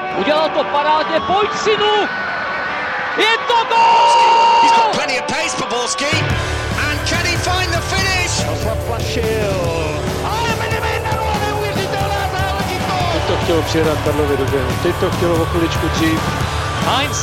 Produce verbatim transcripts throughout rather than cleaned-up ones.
Udělal to parádně, pojď synu! Je to gól! He's got plenty of pace for Borski. And can he find the finish? Zaplašil. Ale Benevenero, neuvěřitelná záležitost! Teď to chtělo přijedat Karlovi do běhu. Teď to chtělo o chviličku dřív. Heinz.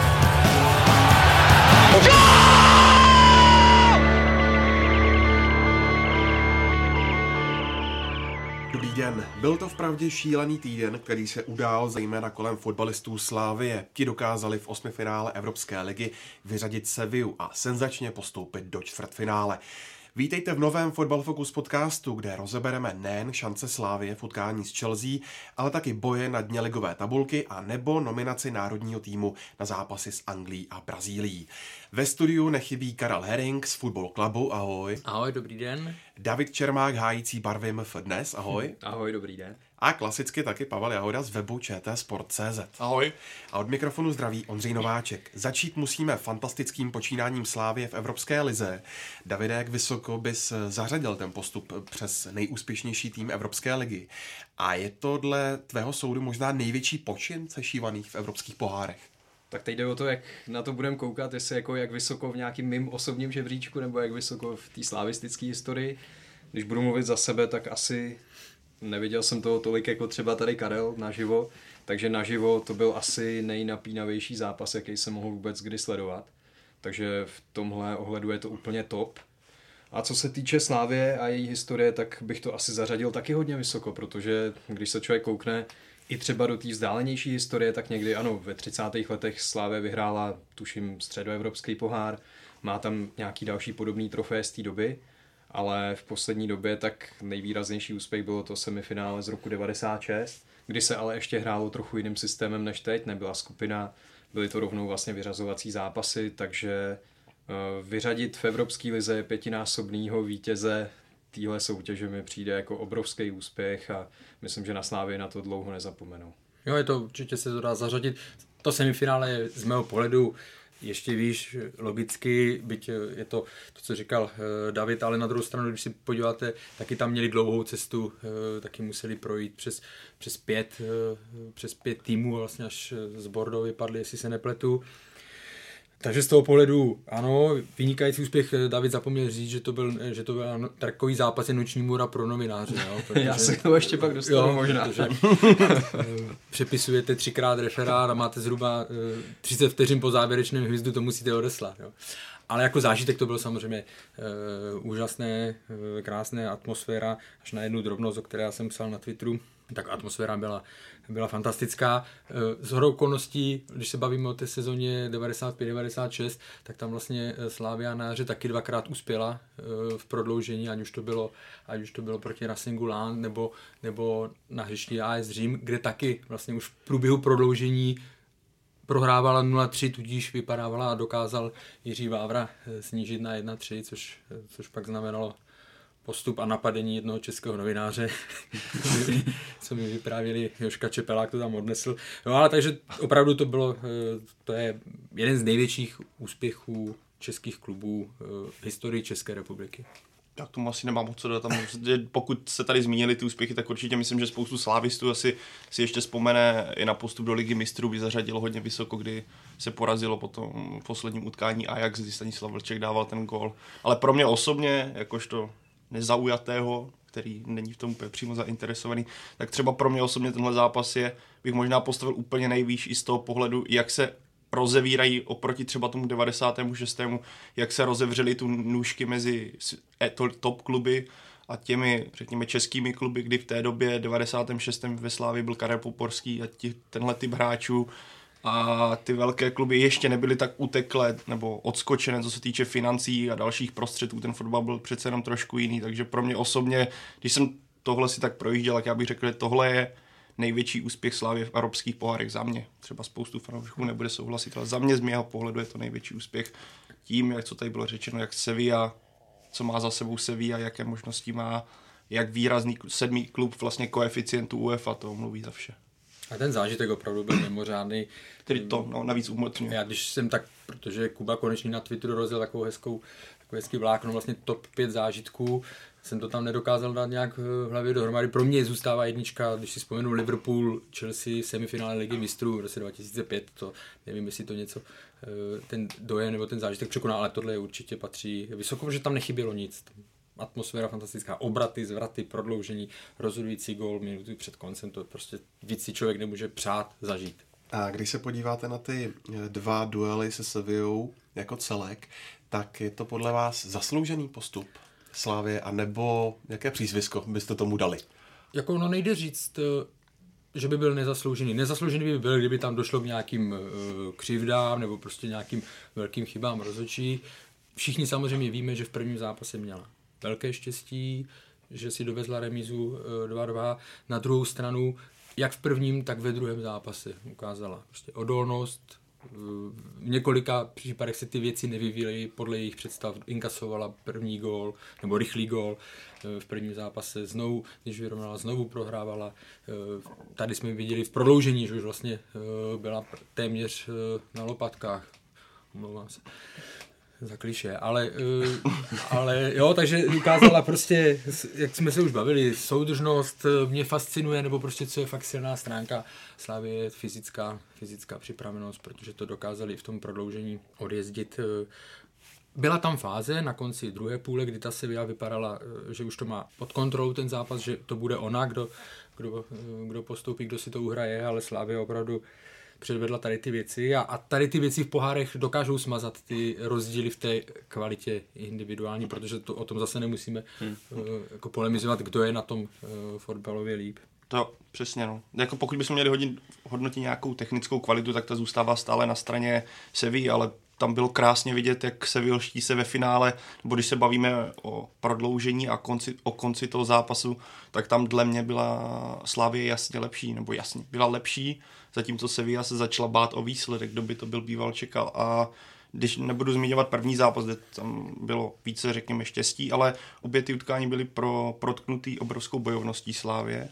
Dobrý den. Byl to vpravdě šílený týden, který se udál zejména kolem fotbalistů Slavie. Ti dokázali v osmifinále Evropské ligy vyřadit Sevillu a senzačně postoupit do čtvrtfinále. Vítejte v novém Fotbal Focus podcastu, kde rozebereme nejen šance Slavie v utkání s Chelsea, ale taky boje na dně ligové tabulky a nebo nominaci národního týmu na zápasy s Anglií a Brazílií. Ve studiu nechybí Karel Herring z Football Clubu, ahoj. Ahoj, dobrý den. David Čermák, hájící barvy M F Dnes, ahoj. Ahoj, dobrý den. A klasicky taky Pavel Jahoda z webu čtsport tečka cé zet. Ahoj. A od mikrofonu zdraví Ondřej Nováček. Začít musíme fantastickým počínáním Slavie v Evropské lize. Davide, jak vysoko bys zařadil ten postup přes nejúspěšnější tým Evropské ligy? A je to dle tvého soudu možná největší počin sešívaných v evropských pohárech? Tak teď jde o to, jak na to budeme koukat, jestli jako jak vysoko v nějakým mým osobním žebříčku, nebo jak vysoko v té slavistické historii. Když budu mluvit za sebe, tak asi neviděl jsem toho tolik jako třeba tady Karel naživo, takže naživo to byl asi nejnapínavější zápas, jaký jsem mohl vůbec kdy sledovat. Takže v tomhle ohledu je to úplně top. A co se týče Slavie a její historie, tak bych to asi zařadil taky hodně vysoko, protože když se člověk koukne i třeba do té vzdálenější historie, tak někdy ano, ve třicátých letech Slavie vyhrála, tuším, středoevropský pohár, má tam nějaký další podobný trofeje z té doby, ale v poslední době tak nejvýraznější úspěch bylo to semifinále z roku devadesát šest, kdy se ale ještě hrálo trochu jiným systémem než teď, nebyla skupina, byly to rovnou vlastně vyřazovací zápasy, takže vyřadit v Evropské lize pětinásobného vítěze téhle soutěže mi přijde jako obrovský úspěch a myslím, že na Slávii na to dlouho nezapomenou. Jo, je to určitě se to dá zařadit. To semifinále je z mého pohledu ještě víš, logicky, byť je to to, co říkal David, ale na druhou stranu, když si podíváte, taky tam měli dlouhou cestu, taky museli projít přes, přes, pět, přes pět týmů, vlastně až z Bordeaux vypadli, jestli se nepletu. Takže z toho pohledu, ano, vynikající úspěch. David zapomněl říct, že to byl, že to byl takový zápas je noční můra pro novináře. Jo, protože, já se to ještě pak dostanu jo, možná. Protože, přepisujete třikrát referát a máte zhruba třicet vteřin po závěrečném hvězdu, to musíte odeslat. Jo. Ale jako zážitek to bylo samozřejmě uh, úžasné, uh, krásné atmosféra, až na jednu drobnost, o které já jsem psal na Twitteru, tak atmosféra byla, byla fantastická. Z shodou okolností, když se bavíme o té sezóně devadesát pět devadesát šest, tak tam vlastně Slavia na jaře taky dvakrát uspěla v prodloužení, ať už to bylo, ať už to bylo proti Racingu Lán nebo, nebo na hřišti A S Řím, kde taky vlastně už v průběhu prodloužení prohrávala nula tři, tudíž vypadávala a dokázal Jiří Vávra snížit na jedna tři, což, což pak znamenalo postup a napadení jednoho českého novináře, co mi vyprávěli, Joška Čepelák to tam odnesl. No ale takže opravdu to bylo, to je jeden z největších úspěchů českých klubů v historii České republiky. Tak tomu asi nemám moc co dodat. Pokud se tady zmínili ty úspěchy, tak určitě myslím, že spoustu slávistů asi si ještě vzpomene i na postup do Ligy mistrů, by zařadilo hodně vysoko, kdy se porazilo po tom posledním utkání Ajax, kdy Stanislav Vlček dával ten gól. Ale pro mě osobně, jakožto nezaujatého, který není v tom úplně přímo zainteresovaný, tak třeba pro mě osobně tenhle zápas je, bych možná postavil úplně nejvýš i z toho pohledu, jak se rozevírají oproti třeba tomu devadesátému šestému jak se rozevřely tu nůžky mezi top kluby a těmi, řekněme, českými kluby, kdy v té době devadesátém šestém ve Slavii byl Karel Poporský a ti, tenhle typ hráčů a ty velké kluby ještě nebyly tak uteklé nebo odskočené, co se týče financí a dalších prostředků. Ten fotbal byl přece jenom trošku jiný, takže pro mě osobně, když jsem tohle si tak projížděl, tak já bych řekl, že tohle je největší úspěch Slavie v evropských pohárech za mě. Třeba spoustu fanoušků nebude souhlasit, ale za mě z mého pohledu je to největší úspěch. Tím, jak co tady bylo řečeno, jak Sevilla, co má za sebou Sevilla, jaké možnosti má, jak výrazný sedmý klub vlastně koeficientu UEFA, to mluví za vše. A ten zážitek opravdu byl mimořádný. Který to no, navíc umocňuje. Já když jsem tak, protože Kuba Konečný na Twitteru rozjel takovou hezkou, takový hezký vlákno, vlastně top pět zážitků, jsem to tam nedokázal dát nějak v hlavě dohromady. Pro mě zůstává jednička, když si vzpomenu Liverpool, Chelsea v semifinále Ligy mistrů v roce dva tisíce pět, to nevím, jestli to něco, ten dojem nebo ten zážitek překoná, ale tohle určitě patří vysoko, protože tam nechybělo nic. Atmosféra fantastická, obraty, zvraty, prodloužení, rozhodující gól minuty před koncem, to prostě víc si člověk nemůže přát zažít. A když se podíváte na ty dva duely se Sevillou jako celek, tak je to podle vás zasloužený postup Slavie, anebo jaké přízvisko byste tomu dali? Jako no nejde říct, že by byl nezasloužený. Nezasloužený by byl, kdyby tam došlo k nějakým uh, křivdám nebo prostě nějakým velkým chybám rozhodčí. Všichni samozřejmě víme, že v prvním zápase měla velké štěstí, že si dovezla remízu uh, dva dva. Na druhou stranu, jak v prvním, tak ve druhém zápase ukázala prostě odolnost. V několika případech se ty věci nevyvíjely podle jejich představ. Inkasovala první gól, nebo rychlý gól v prvním zápase. Znovu, když vyrovnala, znovu prohrávala. Tady jsme viděli v prodloužení, že už vlastně byla téměř na lopatkách. Omlouvám se za klišé, ale, ale jo, takže ukázala prostě, jak jsme se už bavili, soudržnost mě fascinuje, nebo prostě co je fakt silná stránka Slavie, je fyzická, fyzická připravenost, protože to dokázali v tom prodloužení odjezdit. Byla tam fáze na konci druhé půle, kdy ta Sevilla vypadala, že už to má pod kontrolou ten zápas, že to bude ona, kdo, kdo, kdo postoupí, kdo si to uhraje, ale Slavie opravdu předvedla tady ty věci a, a tady ty věci v pohárech dokážou smazat ty rozdíly v té kvalitě individuální, protože to, o tom zase nemusíme hmm. uh, jako polemizovat, kdo je na tom uh, fotbalově líp. To přesně, no. Jako pokud bychom měli hodit, hodnotit nějakou technickou kvalitu, tak ta zůstává stále na straně Sevilly, ale tam bylo krásně vidět, jak Sevilští se ve finále, nebo když se bavíme o prodloužení a konci, o konci toho zápasu, tak tam dle mě byla Slavie jasně lepší, nebo jasně, byla lepší, zatímco Sevilla se začala bát o výsledek, kdo by to byl býval čekal. A když nebudu zmiňovat první zápas, kde tam bylo více, řekněme, štěstí, ale obě ty utkání byly pro, protknutý obrovskou bojovností Slavie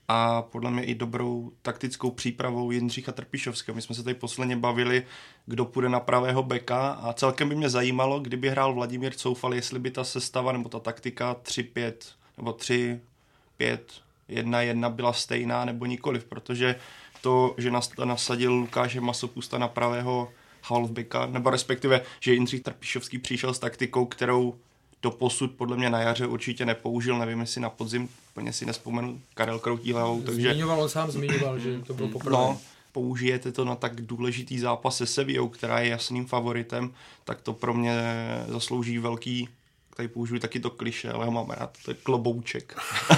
a podle mě i dobrou taktickou přípravou Jindřicha Trpišovského. My jsme se tady posledně bavili, kdo půjde na pravého beka a celkem by mě zajímalo, kdyby hrál Vladimír Coufal, jestli by ta sestava nebo ta taktika tři pět nebo tři pět jedna jedna byla stejná nebo nikoliv, protože to, že nasadil Lukáše Masopusta na pravého halfbacka, nebo respektive, že Jindřich Trpišovský přišel s taktikou, kterou doposud podle mě na jaře určitě nepoužil, nevím, jestli na podzim, úplně si nespomenu, Karel kroutí hlavou, takže... Zmiňoval, on sám zmiňoval, že to bylo poprvé. No, použijete to na tak důležitý zápas se Sevillou, která je jasným favoritem, tak to pro mě zaslouží velký, tady použiju taky to kliše, ale ho mám rád, to je klobouček.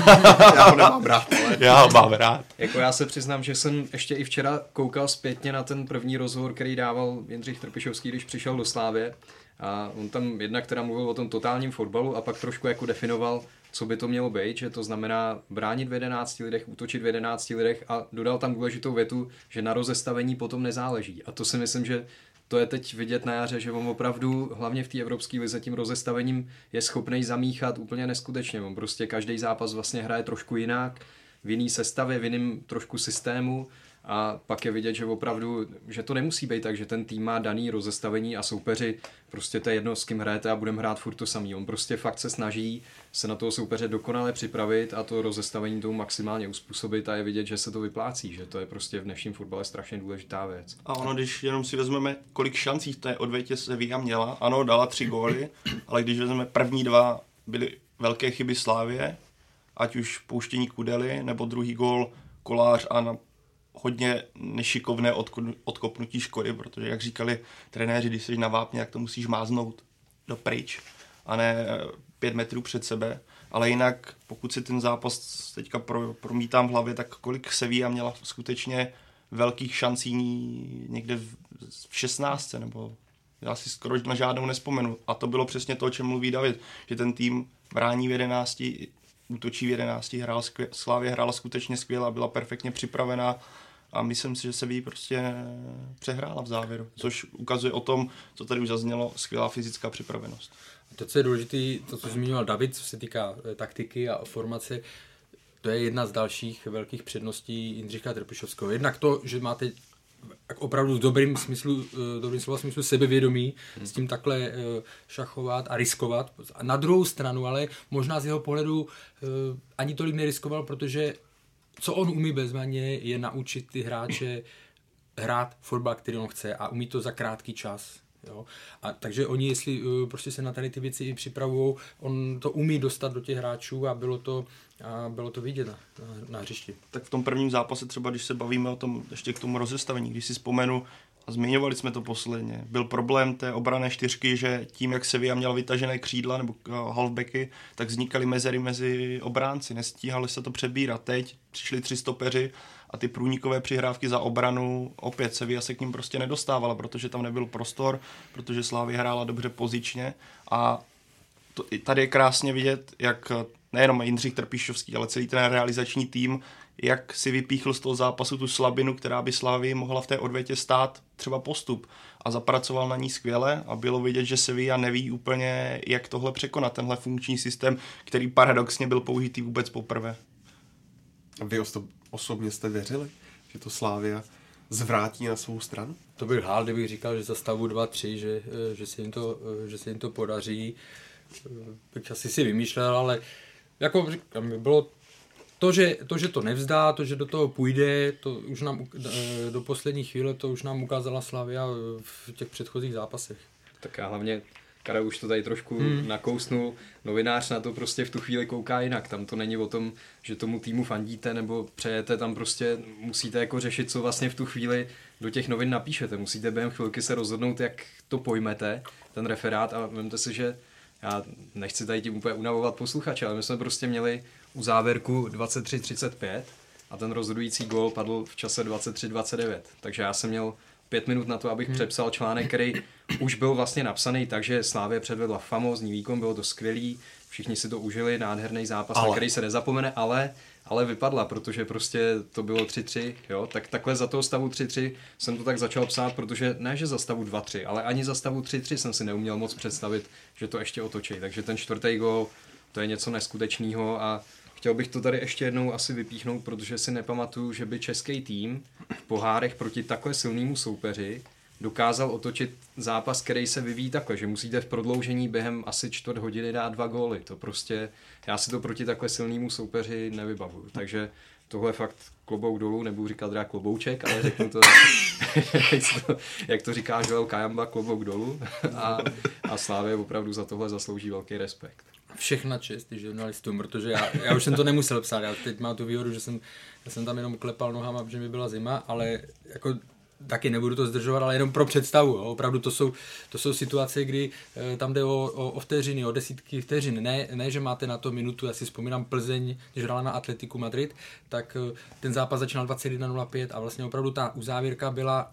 Já ho nemám rád, ale... Já ho mám rád. Jako já se přiznám, že jsem ještě i včera koukal zpětně na ten první rozhovor, který dával Jindřich Trpišovský, když přišel do Slávie. A on tam jednak teda mluvil o tom totálním fotbalu a pak trošku jako definoval, co by to mělo být, že to znamená bránit v jedenácti lidech, útočit v jedenácti lidech a dodal tam důležitou větu, že na rozestavení potom nezáleží. A to si myslím, že to je teď vidět na jaře, že on opravdu, hlavně v té evropské lize, tím rozestavením je schopný zamíchat úplně neskutečně. On prostě každý zápas vlastně hraje trošku jinak, v jiný sestavě, v jiném trošku systému a pak je vidět, že opravdu, že to nemusí být tak, že ten tým má daný rozestavení a soupeři, prostě to je jedno, s kým hrajete a budeme hrát furt to samý. On prostě fakt se snaží se na toho soupeře dokonale připravit a to rozestavení tomu maximálně uspůsobit a je vidět, že se to vyplácí, že to je prostě v dnešním fotbale strašně důležitá věc. A ono, když jenom si vezmeme, kolik šancí v té odvětě Sevilla měla, ano, dala tři góly, ale když vezmeme první dva, byly velké chyby Slávie, ať už pouštění Kudely, nebo druhý gól Kolář a na hodně nešikovné odko- odkopnutí Škody, protože jak říkali trenéři, když jsi na vápně, tak to musíš máznout do pryč a ne pět metrů před sebe. Ale jinak, pokud si ten zápas teďka pro, promítám v hlavě, tak kolik Sevilla měla skutečně velkých šancí někde v, v šestnáctce, nebo já si skoro na žádnou nespomenu. A to bylo přesně to, o čem mluví David, že ten tým brání v jedenácti, útočí v jedenácti, hrál skvěl, Slavie hrála skutečně skvěle, byla perfektně připravená a myslím si, že se ví prostě přehrála v závěru, což ukazuje o tom, co tady už zaznělo, skvělá fyzická připravenost. To, co je důležité, to, co zmiňoval David, co se týká taktiky a formace, to je jedna z dalších velkých předností Jindřicha Trpišovského. Jednak to, že máte opravdu v dobrým smyslu, dobrým slova smyslu sebevědomí hmm. s tím takhle šachovat a riskovat. A na druhou stranu, ale možná z jeho pohledu ani tolik neriskoval, protože co on umí bezvaně, je naučit ty hráče hrát fotbal, který on chce a umí to za krátký čas. Jo? A takže oni, jestli uh, prostě se na tady ty věci i připravují, on to umí dostat do těch hráčů a bylo to, a bylo to vidět na, na, na hřišti. Tak v tom prvním zápase třeba, když se bavíme o tom, ještě k tomu rozestavení, když si vzpomenu, a zmiňovali jsme to posledně, byl problém té obranné čtyřky, že tím, jak Sevilla měla vytažené křídla nebo halfbacky, tak vznikaly mezery mezi obránci, nestíhali se to přebírat. Teď přišli tři stopeři a ty průnikové přihrávky za obranu, opět Sevilla se k ním prostě nedostávala, protože tam nebyl prostor, protože Slavia hrála dobře pozičně a to, tady je krásně vidět, jak nejenom Jindřich Trpišovský, ale celý ten realizační tým, jak si vypíchl z toho zápasu tu slabinu, která by Slavii mohla v té odvětě stát třeba postup a zapracoval na ní skvěle a bylo vidět, že Sevilla neví úplně, jak tohle překonat, tenhle funkční systém, který paradoxně byl použitý vůbec poprvé. Vy osobně jste věřili, že to Slavia zvrátí na svou stranu? To bych hál, kdybych říkal, že za stavu dva tři, že, že, se jim to, že se jim to podaří. Bych asi si vymýšlel, ale jako říkám, bylo to že, to, že to nevzdá, to, že do toho půjde, to už nám do poslední chvíle, to už nám ukázala Slavia v těch předchozích zápasech. Tak já hlavně, Karel už to tady trošku hmm. nakousnul, novinář na to prostě v tu chvíli kouká jinak. Tam to není o tom, že tomu týmu fandíte nebo přejete, tam prostě musíte jako řešit, co vlastně v tu chvíli do těch novin napíšete. Musíte během chvilky se rozhodnout, jak to pojmete, ten referát, a vemte si, že já nechci tady tím úplně unavovat posluchače, ale my jsme prostě měli u závěrku dvacet tři třicet pět a ten rozhodující gól padl v čase dvacet tři dvacet devět. Takže já jsem měl pět minut na to, abych hmm. přepsal článek, který už byl vlastně napsaný, takže Slavia předvedla famózní výkon, bylo to skvělý, všichni si to užili, nádherný zápas, ale. na který se nezapomene, ale, ale vypadla, protože prostě to bylo tři tři, jo, tak takhle za toho stavu tři tři jsem to tak začal psát, protože ne, že za stavu dva tři, ale ani za stavu tři tři jsem si neuměl moc představit, že to ještě otočí, takže ten čtvrtý gól, to je něco neskutečného a chtěl bych to tady ještě jednou asi vypíchnout, protože si nepamatuju, že by český tým v pohárech proti takhle silnému soupeři dokázal otočit zápas, který se vyvíjí takhle, že musíte v prodloužení během asi čtvrt hodiny dát dva góly. To prostě, já si to proti takhle silnému soupeři nevybavuju. Takže tohle fakt klobouk dolů, nebudu říkat teda klobouček, ale řeknu to, jak to říká Joel Kajamba, klobouk dolů. A, a Slavia opravdu za tohle zaslouží velký respekt. Všechna čest žurnalistům, protože já, já už jsem to nemusel psát, já teď mám tu výhodu, že jsem, já jsem tam jenom klepal nohama, že mi byla zima, ale jako taky nebudu to zdržovat, ale jenom pro představu, jo. Opravdu to jsou, to jsou situace, kdy e, tam jde o, o, o vteřiny, o desítky vteřin, ne, ne, že máte na to minutu, já si vzpomínám Plzeň, když hrála na Atletiku Madrid, tak e, ten zápas začínal dvacet jedna nula pět a vlastně opravdu ta uzávěrka byla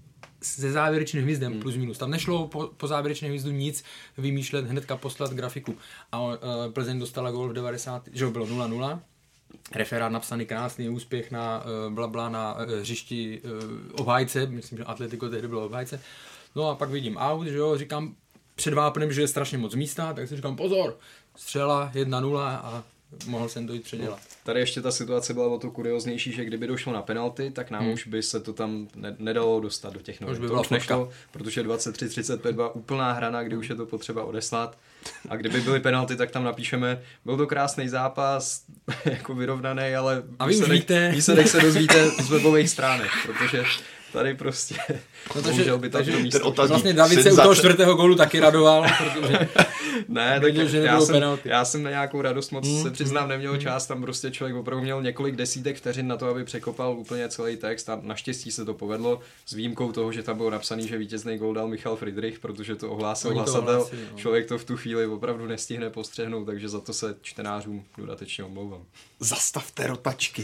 se závěrečným hvízdem hmm. plus minus. Tam nešlo po, po závěrečném hvízdu nic vymýšlet, hnedka poslat grafiku. A e, Plzeň dostala gól v devadesátém že bylo nula nula. Referát napsaný krásný, úspěch na e, blabla na e, hřišti e, obhájce, myslím, že Atletico tehdy bylo obhájce. No a pak vidím aut, že jo, říkám před vápnem, že je strašně moc místa, tak si říkám pozor, střela jedna nula a mohl jsem to jít předělat. Tady ještě ta situace byla o to kurioznější, že kdyby došlo na penalty, tak nám hmm. už by se to tam ne- nedalo dostat do těch novin. Už by to už nešlo, protože dvacet tři třicet pět byla úplná hrana, kdy už je to potřeba odeslat. A kdyby byly penalty, tak tam napíšeme, byl to krásný zápas, jako vyrovnaný, ale a vy výsledek, už víte. výsledek se dozvíte z webových stránek, protože tady prostě no takže, by tam takže místo. Vlastně David se u toho čtvrtého gólu taky radoval, protože ne, tak že já, jsem, já jsem na nějakou radost moc mm, se přiznám neměl mm. čas, tam prostě člověk opravdu měl několik desítek vteřin na to, aby překopal úplně celý text a naštěstí se to povedlo s výjimkou toho, že tam bylo napsaný, že vítězný gól dal Michal Friedrich, protože to ohlásil hlasatel, no. Člověk to v tu chvíli opravdu nestihne postřehnout, takže za to se čtenářům dodatečně omlouvám. Zastavte rotačky.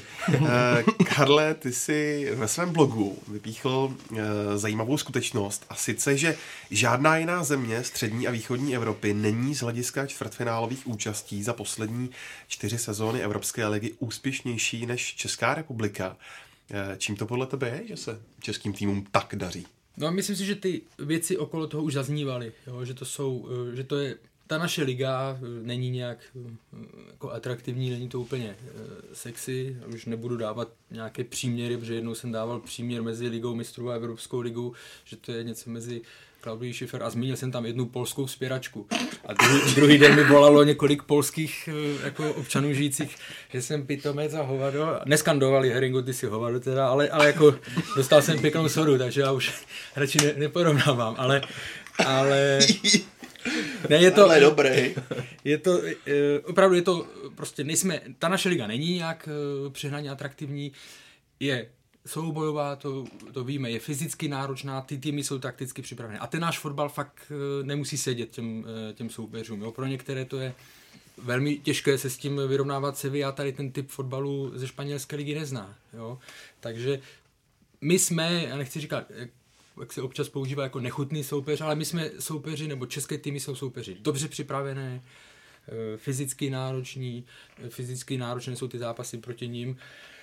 Karle, ty jsi ve svém blogu vypíchl zajímavou skutečnost a sice, že žádná jiná země střední a východní Evropy není z hlediska čtvrtfinálových účastí za poslední čtyři sezóny Evropské ligy úspěšnější než Česká republika. Čím to podle tebe je, že se českým týmům tak daří? No myslím si, že ty věci okolo toho už zaznívaly, jo? Že to jsou, že to je ta naše liga není nějak jako atraktivní, není to úplně sexy. Už nebudu dávat nějaké příměry, protože jednou jsem dával příměr mezi ligou mistrů a Evropskou ligou, že to je něco mezi Klaudií Schiffer a zmínil jsem tam jednu polskou spěračku. A druhý, druhý den mi volalo několik polských jako občanů žijících, že jsem pitomec a hovado. Neskandovali Heringo, ty si hovado teda, ale, ale jako dostal jsem pěknou sodu, takže já už radši ne, neporovnávám, ale ale ne, je to, ale dobrý. Je to, opravdu je to, prostě nejsme, ta naše liga není nějak přehnaně atraktivní, je soubojová, to, to víme, je fyzicky náročná, ty týmy jsou takticky připravené. A ten náš fotbal fakt nemusí sedět těm, těm soupeřům. Jo. Pro některé to je velmi těžké se s tím vyrovnávat. Sevilla tady ten typ fotbalu ze španělské ligy nezná. Jo. Takže my jsme, já nechci říkat, jak se občas používá jako nechutný soupeř, ale my jsme soupeři, nebo české týmy jsou soupeři dobře připravené, fyzicky nároční, fyzicky náročné jsou ty zápasy proti ním.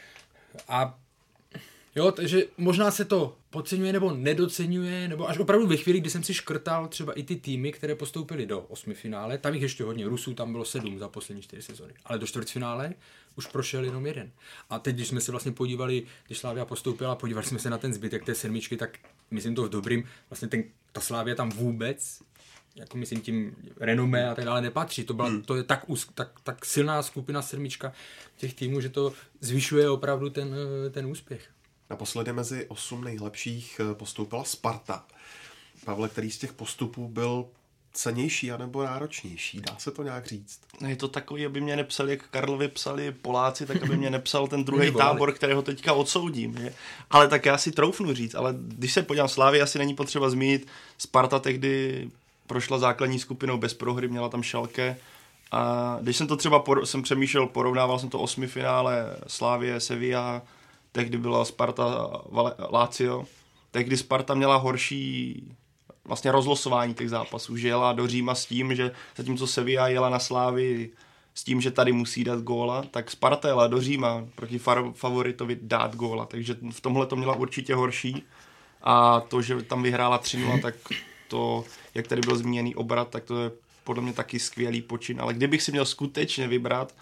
A jo, takže možná se to podceňuje nebo nedoceňuje, nebo až opravdu ve chvíli, kdy jsem si škrtal třeba i ty týmy, které postoupily do osmifinále, tam jich ještě hodně, Rusů tam bylo sedm za poslední čtyři sezony, ale do čtvrtfinále už prošel jenom jeden. A teď, když jsme se vlastně podívali, když Slavia postoupila, podívali jsme se na ten zbytek té sedmičky, tak myslím to v dobrým, vlastně ten, ta Slavia tam vůbec, jako myslím tím renomé a tak dále nepatří. To, byla, hmm. to je tak, tak, tak silná skupina sedmička těch týmů, že to zvyšuje opravdu ten, ten úspěch. Naposledy mezi osm nejlepších postoupila Sparta. Pavle, který z těch postupů byl cennější anebo náročnější? Dá se to nějak říct? Je to takový, aby mě nepsali, jak Karlovi psali Poláci, tak aby mě nepsal ten druhý tábor, kterého teďka odsoudím. Je? Ale tak já si troufnu říct, ale když se podívám, Slávy asi není potřeba zmínit. Sparta tehdy prošla základní skupinou bez prohry, měla tam Schalke. A když jsem to třeba por- jsem přemýšlel, porovnával jsem to osmifinále Slavie, Sevilla, tehdy byla Sparta Lazio, tehdy Sparta měla horší vlastně rozlosování těch zápasů, že jela do Říma s tím, že zatímco Sevilla jela na Slávii s tím, že tady musí dát góla, tak Sparta jela do Říma proti far- favoritovi dát góla, takže v tomhle to měla určitě horší a to, že tam vyhrála tři nula, tak to, jak tady byl zmíněný obrat, tak to je podle mě taky skvělý počin, ale kdybych si měl skutečně vybrat,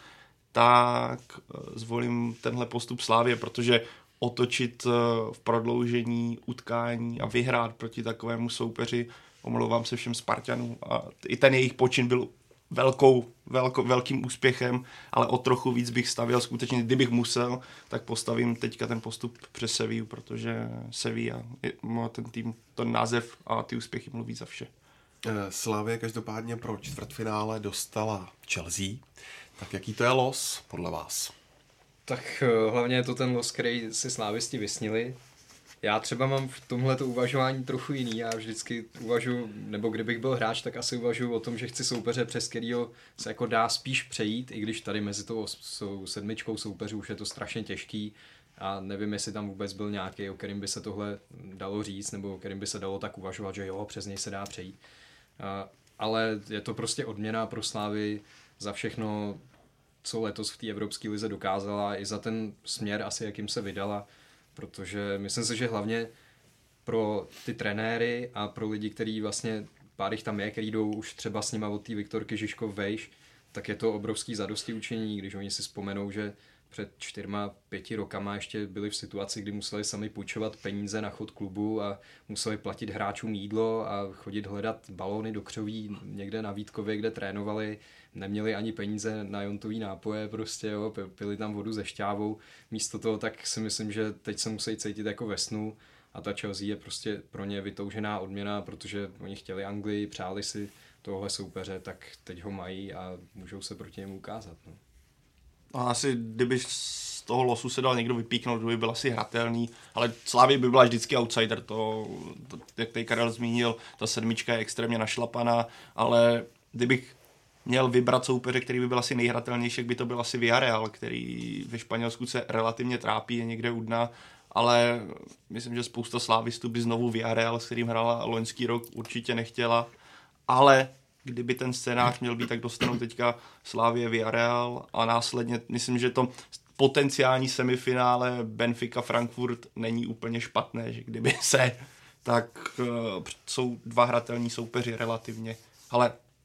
tak zvolím tenhle postup Slávie, protože otočit v prodloužení utkání a vyhrát proti takovému soupeři, omlouvám se všem Spartanům, a i ten jejich počin byl velkou, velko, velkým úspěchem, ale o trochu víc bych stavěl skutečně, kdybych musel, tak postavím teďka ten postup přes Sevillu, protože Sevilla, ten tým, ten název a ty úspěchy mluví za vše. Slavie každopádně pro čtvrtfinále dostala Chelsea. Tak jaký to je los podle vás? Tak hlavně je to ten los, který si slávisti vysnili. Já třeba mám v tomhleto uvažování trochu jiný. Já vždycky uvažuji, nebo kdybych byl hráč, tak asi uvažuji o tom, že chci soupeře, přes kterýho se jako dá spíš přejít, i když tady mezi tou sedmičkou soupeřů už je to strašně těžký a nevím, jestli tam vůbec byl nějaký, o kterým by se tohle dalo říct, nebo o kterým by se dalo tak uvažovat, že jo, přes něj se dá přejít. Ale je to prostě odměna pro Slávy za všechno, co letos v té Evropské lize dokázala, i za ten směr asi, jakým se vydala, protože myslím si, že hlavně pro ty trenéry a pro lidi, kteří vlastně, pár jich tam je, který jdou už třeba s nima od té Viktorky Žižkov-Vejš, tak je to obrovský zadostiučinění, když oni si vzpomenou, že před čtyřma, pěti rokama ještě byli v situaci, kdy museli sami půjčovat peníze na chod klubu a museli platit hráčům jídlo a chodit hledat balóny do křoví někde na Vítkově, kde trénovali. Neměli ani peníze na jontový nápoje, prostě jo, pili tam vodu se šťávou. Místo toho tak si myslím, že teď se musí cítit jako ve snu a ta Chelsea je prostě pro ně vytoužená odměna, protože oni chtěli Anglii, přáli si tohle soupeře, tak teď ho mají a můžou se proti němu ukázat. No. A asi kdyby z toho losu se dal někdo vypíknout, by byl asi hratelný, ale Slavia by byla vždycky outsider, to, to jak tady Karel zmínil, ta sedmička je extrémně našlapaná, ale kdybych měl vybrat soupeře, který by byl asi nejhratelnější, by to byl asi Villarreal, který ve Španělsku se relativně trápí, je někde u dna, ale myslím, že spousta slávistů by znovu Villarreal, s kterým hrála loňský rok, určitě nechtěla, ale kdyby ten scénář měl být, tak dostanou teďka Slavie Villarreal a následně myslím, že to potenciální semifinále Benfica Frankfurt není úplně špatné, že kdyby se, tak uh, jsou dva hratelní soupeři relativně, ale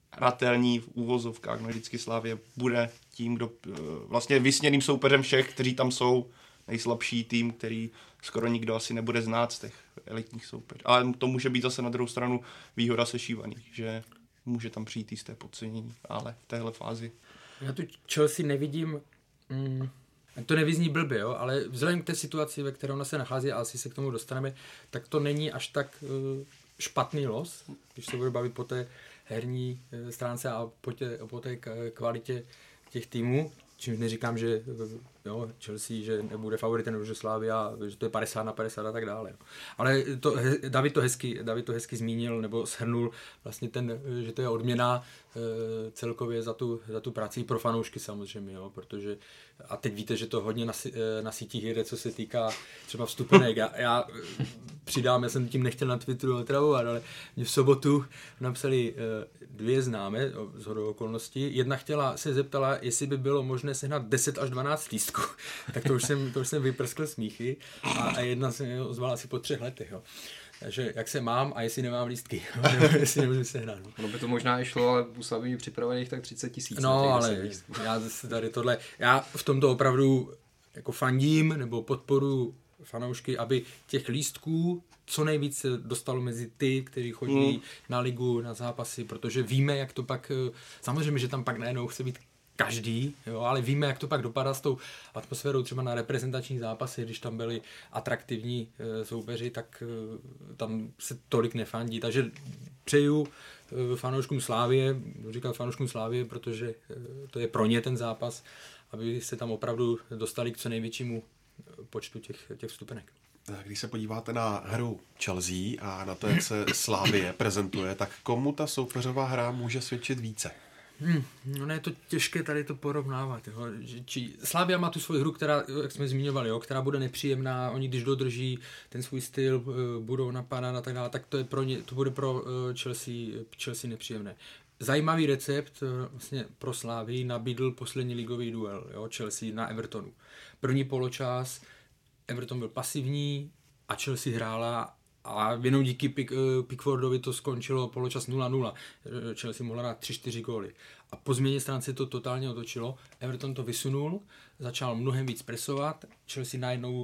vyhratelní v úvozovkách. No vždycky Slavie bude tím, kdo vlastně vysněným soupeřem všech, kteří tam jsou, nejslabší tým, který skoro nikdo asi nebude znát z těch elitních soupeřů. Ale to může být zase na druhou stranu výhoda sešívaných, že může tam přijít jisté podcenění, ale v téhle fázi. Já tu Chelsea nevidím, mm, to nevyzní blbě, jo, ale vzhledem k té situaci, ve které ona se nachází, a asi se k tomu dostaneme, tak to není až tak uh, špatný los, když se bude bavit po té herní uh, stránce a po té, po té kvalitě těch týmů. Čímž neříkám, že jo, Chelsea, že nebude favoritem, nebo že Slavia, že to je padesát na padesát a tak dále. Jo. Ale to, David, to hezky, David to hezky zmínil, nebo shrnul vlastně ten, že to je odměna e, celkově za tu, za tu práci pro fanoušky samozřejmě, jo, protože a teď víte, že to hodně na, na sítích jede, co se týká třeba vstupenek. Já, já přidám, já jsem tím nechtěl na Twitteru otravovat, ale mě v sobotu napsali e, dvě známé shodou okolností. Jedna chtěla, se zeptala, jestli by bylo možné sehnat deset až dvanáct lístků. Tak to už jsem, to už jsem vyprskl smíchy a, a jedna se mě ozvala asi po třech letech. Jo. Takže jak se mám a jestli nemám lístky, nebo jestli nemůžu sehnat. No. Ono by to možná i šlo, ale u Slavii připravených tak třicet tisíc. No, ale já zase tady tohle, já v tomto opravdu jako fandím nebo podporuji fanoušky, aby těch lístků co nejvíc dostalo mezi ty, kteří chodí mm. na ligu, na zápasy, protože víme, jak to pak, samozřejmě, že tam pak najednou chce být každý, jo, ale víme, jak to pak dopadá s tou atmosférou třeba na reprezentační zápasy, když tam byli atraktivní e, soupeři, tak e, tam se tolik nefandí. Takže přeju e, fanouškům Slávie, říkal fanouškům Slávie, protože e, to je pro ně ten zápas, aby se tam opravdu dostali k co největšímu počtu těch, těch vstupenek. Když se podíváte na hru Chelsea a na to, jak se Slavie prezentuje, tak komu ta soupeřová hra může svědčit více? Hmm, no je to těžké tady to porovnávat. Jo. Či, Slavia má tu svoji hru, která, jak jsme zmiňovali, jo, která bude nepříjemná. Oni když dodrží ten svůj styl, budou napadat a tak dále, tak to, je pro ně, to bude pro Chelsea, Chelsea nepříjemné. Zajímavý recept vlastně pro Slavii nabídl poslední ligový duel, jo, Chelsea na Evertonu. První poločas Everton byl pasivní a Chelsea hrála a jenom díky Pick, Pickfordovi to skončilo poločas nula nula. Chelsea mohla dát tři čtyři góly. A po změně strany se to totálně otočilo. Everton to vysunul, začal mnohem víc presovat. Chelsea najednou uh,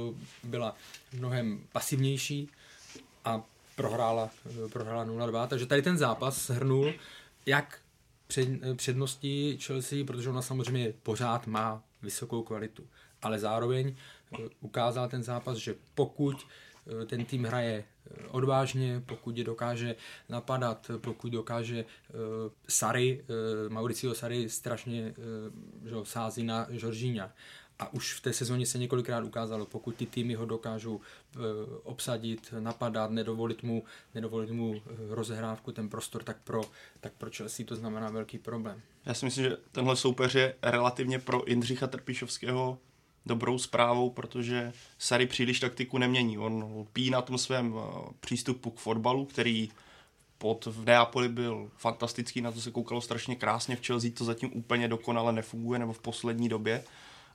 byla mnohem pasivnější a prohrála, uh, prohrála nula dva. Takže tady ten zápas shrnul, jak před, přednosti Chelsea, protože ona samozřejmě pořád má vysokou kvalitu. Ale zároveň ukázal ten zápas, že pokud ten tým hraje odvážně, pokud je dokáže napadat, pokud dokáže uh, Sarri, uh, Mauricio Sarri strašně uh, že, sází na Jorginha. A už v té sezóně se několikrát ukázalo, pokud ty týmy ho dokážou uh, obsadit, napadat, nedovolit mu, nedovolit mu uh, rozehrávku, ten prostor, tak pro, tak pro Chelsea to znamená velký problém. Já si myslím, že tenhle soupeř je relativně pro Jindřicha Trpišovského dobrou zprávou, protože Sarri příliš taktiku nemění. On lpí na tom svém přístupu k fotbalu, který pod v Neapoli byl fantastický, na to se koukalo strašně krásně, v Chelsea to zatím úplně dokonale nefunguje, nebo v poslední době.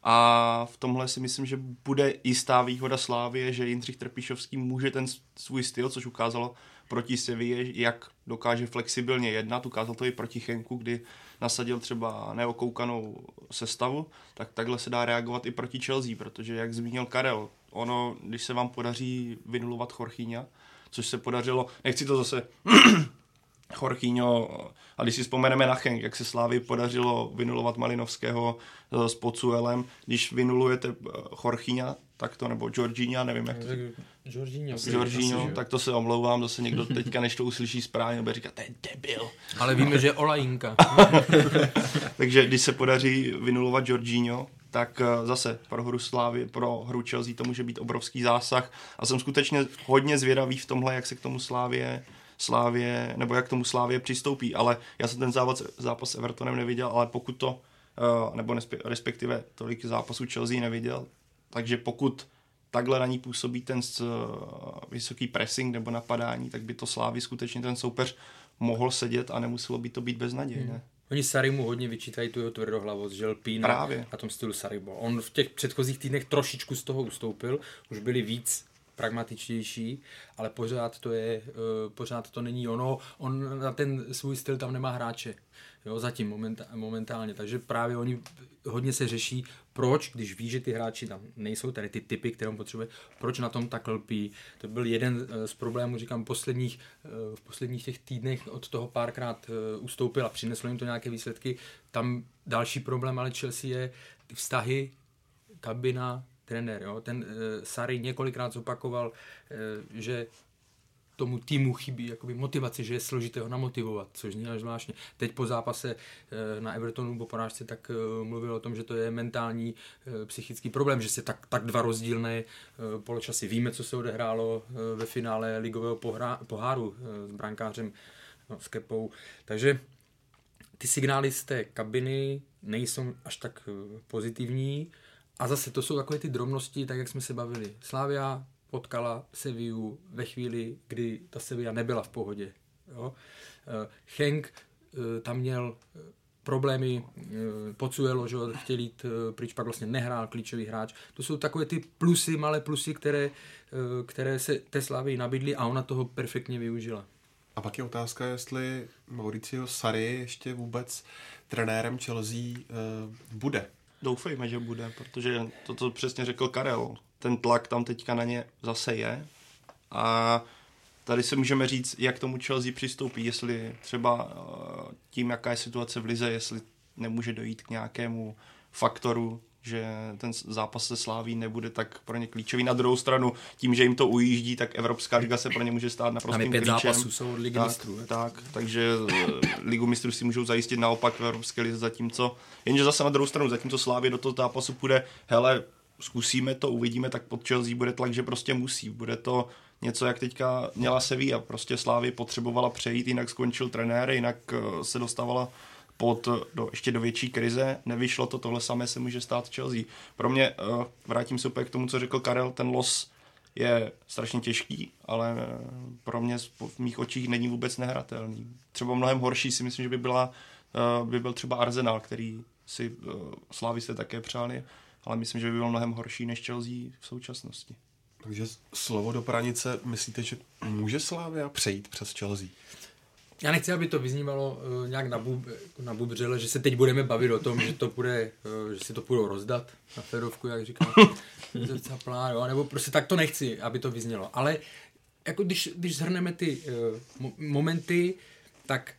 A v tomhle si myslím, že bude jistá výhoda Slávie, že Jindřich Trpišovský může ten svůj styl, což ukázalo proti Sevilla, jak dokáže flexibilně jednat. Ukázal to i proti Chenku, kdy nasadil třeba neokoukanou sestavu, tak takhle se dá reagovat i proti Chelsea, protože jak zmínil Karel, ono, když se vám podaří vynulovat Jorginha, což se podařilo, nechci to zase Jorginho, a když si vzpomeneme na Chenk, jak se Slávii podařilo vynulovat Malinovského s Pocuelem, když vynulujete Jorginha, tak to, nebo Jorginha, nevím jak to Jorginho. Jorginho, tak to se omlouvám, zase někdo teďka, než to uslyší správně, bude říkat, to je debil. Ale víme, že je Olajinka. Takže když se podaří vynulovat Jorginho, tak zase pro hru Slávy, pro hru Chelsea to může být obrovský zásah a jsem skutečně hodně zvědavý v tomhle, jak se k tomu Slávě Slávě, nebo jak k tomu Slávě přistoupí, ale já jsem ten zápas, zápas s Evertonem neviděl, ale pokud to, nebo respektive tolik zápasů Chelsea neviděl, takže pokud takhle na ní působí ten vysoký pressing nebo napadání, tak by to Slávy skutečně ten soupeř mohl sedět a nemuselo by to být beznadějné. Hmm. Oni Sarrimu hodně vyčítají tu jeho tvrdohlavost, že lpí na, na tom stylu Sarribo. On v těch předchozích týdnech trošičku z toho ustoupil, už byli víc pragmatičtější, ale pořád to je, pořád to není ono. On na ten svůj styl tam nemá hráče. Jo, zatím momentá, momentálně. Takže právě oni hodně se řeší, proč, když ví, že ty hráči tam nejsou, tady ty typy, které on potřebuje, proč na tom tak lpí. To byl jeden z problémů, říkám, posledních, v posledních těch týdnech od toho párkrát ustoupil a přineslo jim to nějaké výsledky. Tam další problém, ale Chelsea je ty vztahy, kabina, trenér. Jo? Ten uh, Sarri několikrát zopakoval, uh, že tomu týmu chybí jakoby motivaci, že je složité ho namotivovat, což zní až zvláštně. Teď po zápase uh, na Evertonu po porážce tak uh, mluvil o tom, že to je mentální, uh, psychický problém, že se tak, tak dva rozdílné uh, poločasy. Víme, co se odehrálo uh, ve finále ligového pohra, poháru uh, s brankářem, no, s Kepou. Takže ty signály z té kabiny nejsou až tak uh, pozitivní. A zase to jsou takové ty drobnosti, tak jak jsme se bavili. Slavia potkala Sevillu ve chvíli, kdy ta Sevilla nebyla v pohodě. Jo? Henk tam měl problémy, Pozuelo, že chtěl jít pryč, pak vlastně nehrál klíčový hráč. To jsou takové ty plusy, malé plusy, které, které se té Slavii nabídly a ona toho perfektně využila. A pak je otázka, jestli Mauricio Sarri ještě vůbec trenérem Chelsea uh, bude. Doufejme, že bude, protože to, co přesně řekl Karel, ten tlak tam teďka na ně zase je a tady se můžeme říct, jak tomu Chelsea přistoupí, jestli třeba tím, jaká je situace v lize, jestli nemůže dojít k nějakému faktoru, že ten zápas se Slaví nebude tak pro ně klíčový. Na druhou stranu, tím, že jim to ujíždí, tak Evropská liga se pro ně může stát naprostým klíčem. Tam je pět zápasů, jsou od Ligy tak, mistrů. Tak, takže Ligu mistrů si můžou zajistit naopak v Evropské lize, zatímco, jenže zase na druhou stranu, zatímco Slávě do toho zápasu půjde, hele, zkusíme to, uvidíme, tak pod Chelsea bude tlak, že prostě musí. Bude to něco, jak teďka měla Sevilla. Prostě Slávy potřebovala přejít, jinak skončil trenér, jinak se dostávala pod, do, ještě do větší krize. Nevyšlo to, tohle samé se může stát Chelsea. Pro mě, vrátím se úplně k tomu, co řekl Karel, ten los je strašně těžký, ale pro mě v mých očích není vůbec nehratelný. Třeba mnohem horší si myslím, že by, byla, by byl třeba Arsenal, který si Slávisté také přáli, ale myslím, že by byl mnohem horší než Chelsea v současnosti. Takže slovo do pranice, myslíte, že může Slavia přejít přes Chelsea? Já nechci, aby to vyznívalo uh, nějak nabub, nabubřele, že se teď budeme bavit o tom, že to bude, uh, že si to půjdou rozdat na férovku, jak říká Caplá, jo, nebo prostě tak to nechci, aby to vyznělo. Ale jako když, když zhrneme ty uh, mo- momenty, tak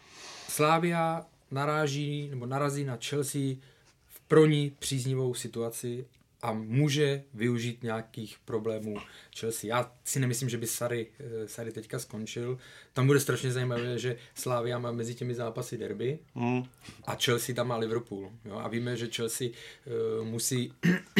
Slavia naráží nebo narazí na Chelsea v pro ní příznivou situaci a může využít nějakých problémů Chelsea. Já si nemyslím, že by Sarri, Sarri teďka skončil. Tam bude strašně zajímavé, že Slavia má mezi těmi zápasy derby mm. a Chelsea tam má Liverpool. Jo? A víme, že Chelsea uh, musí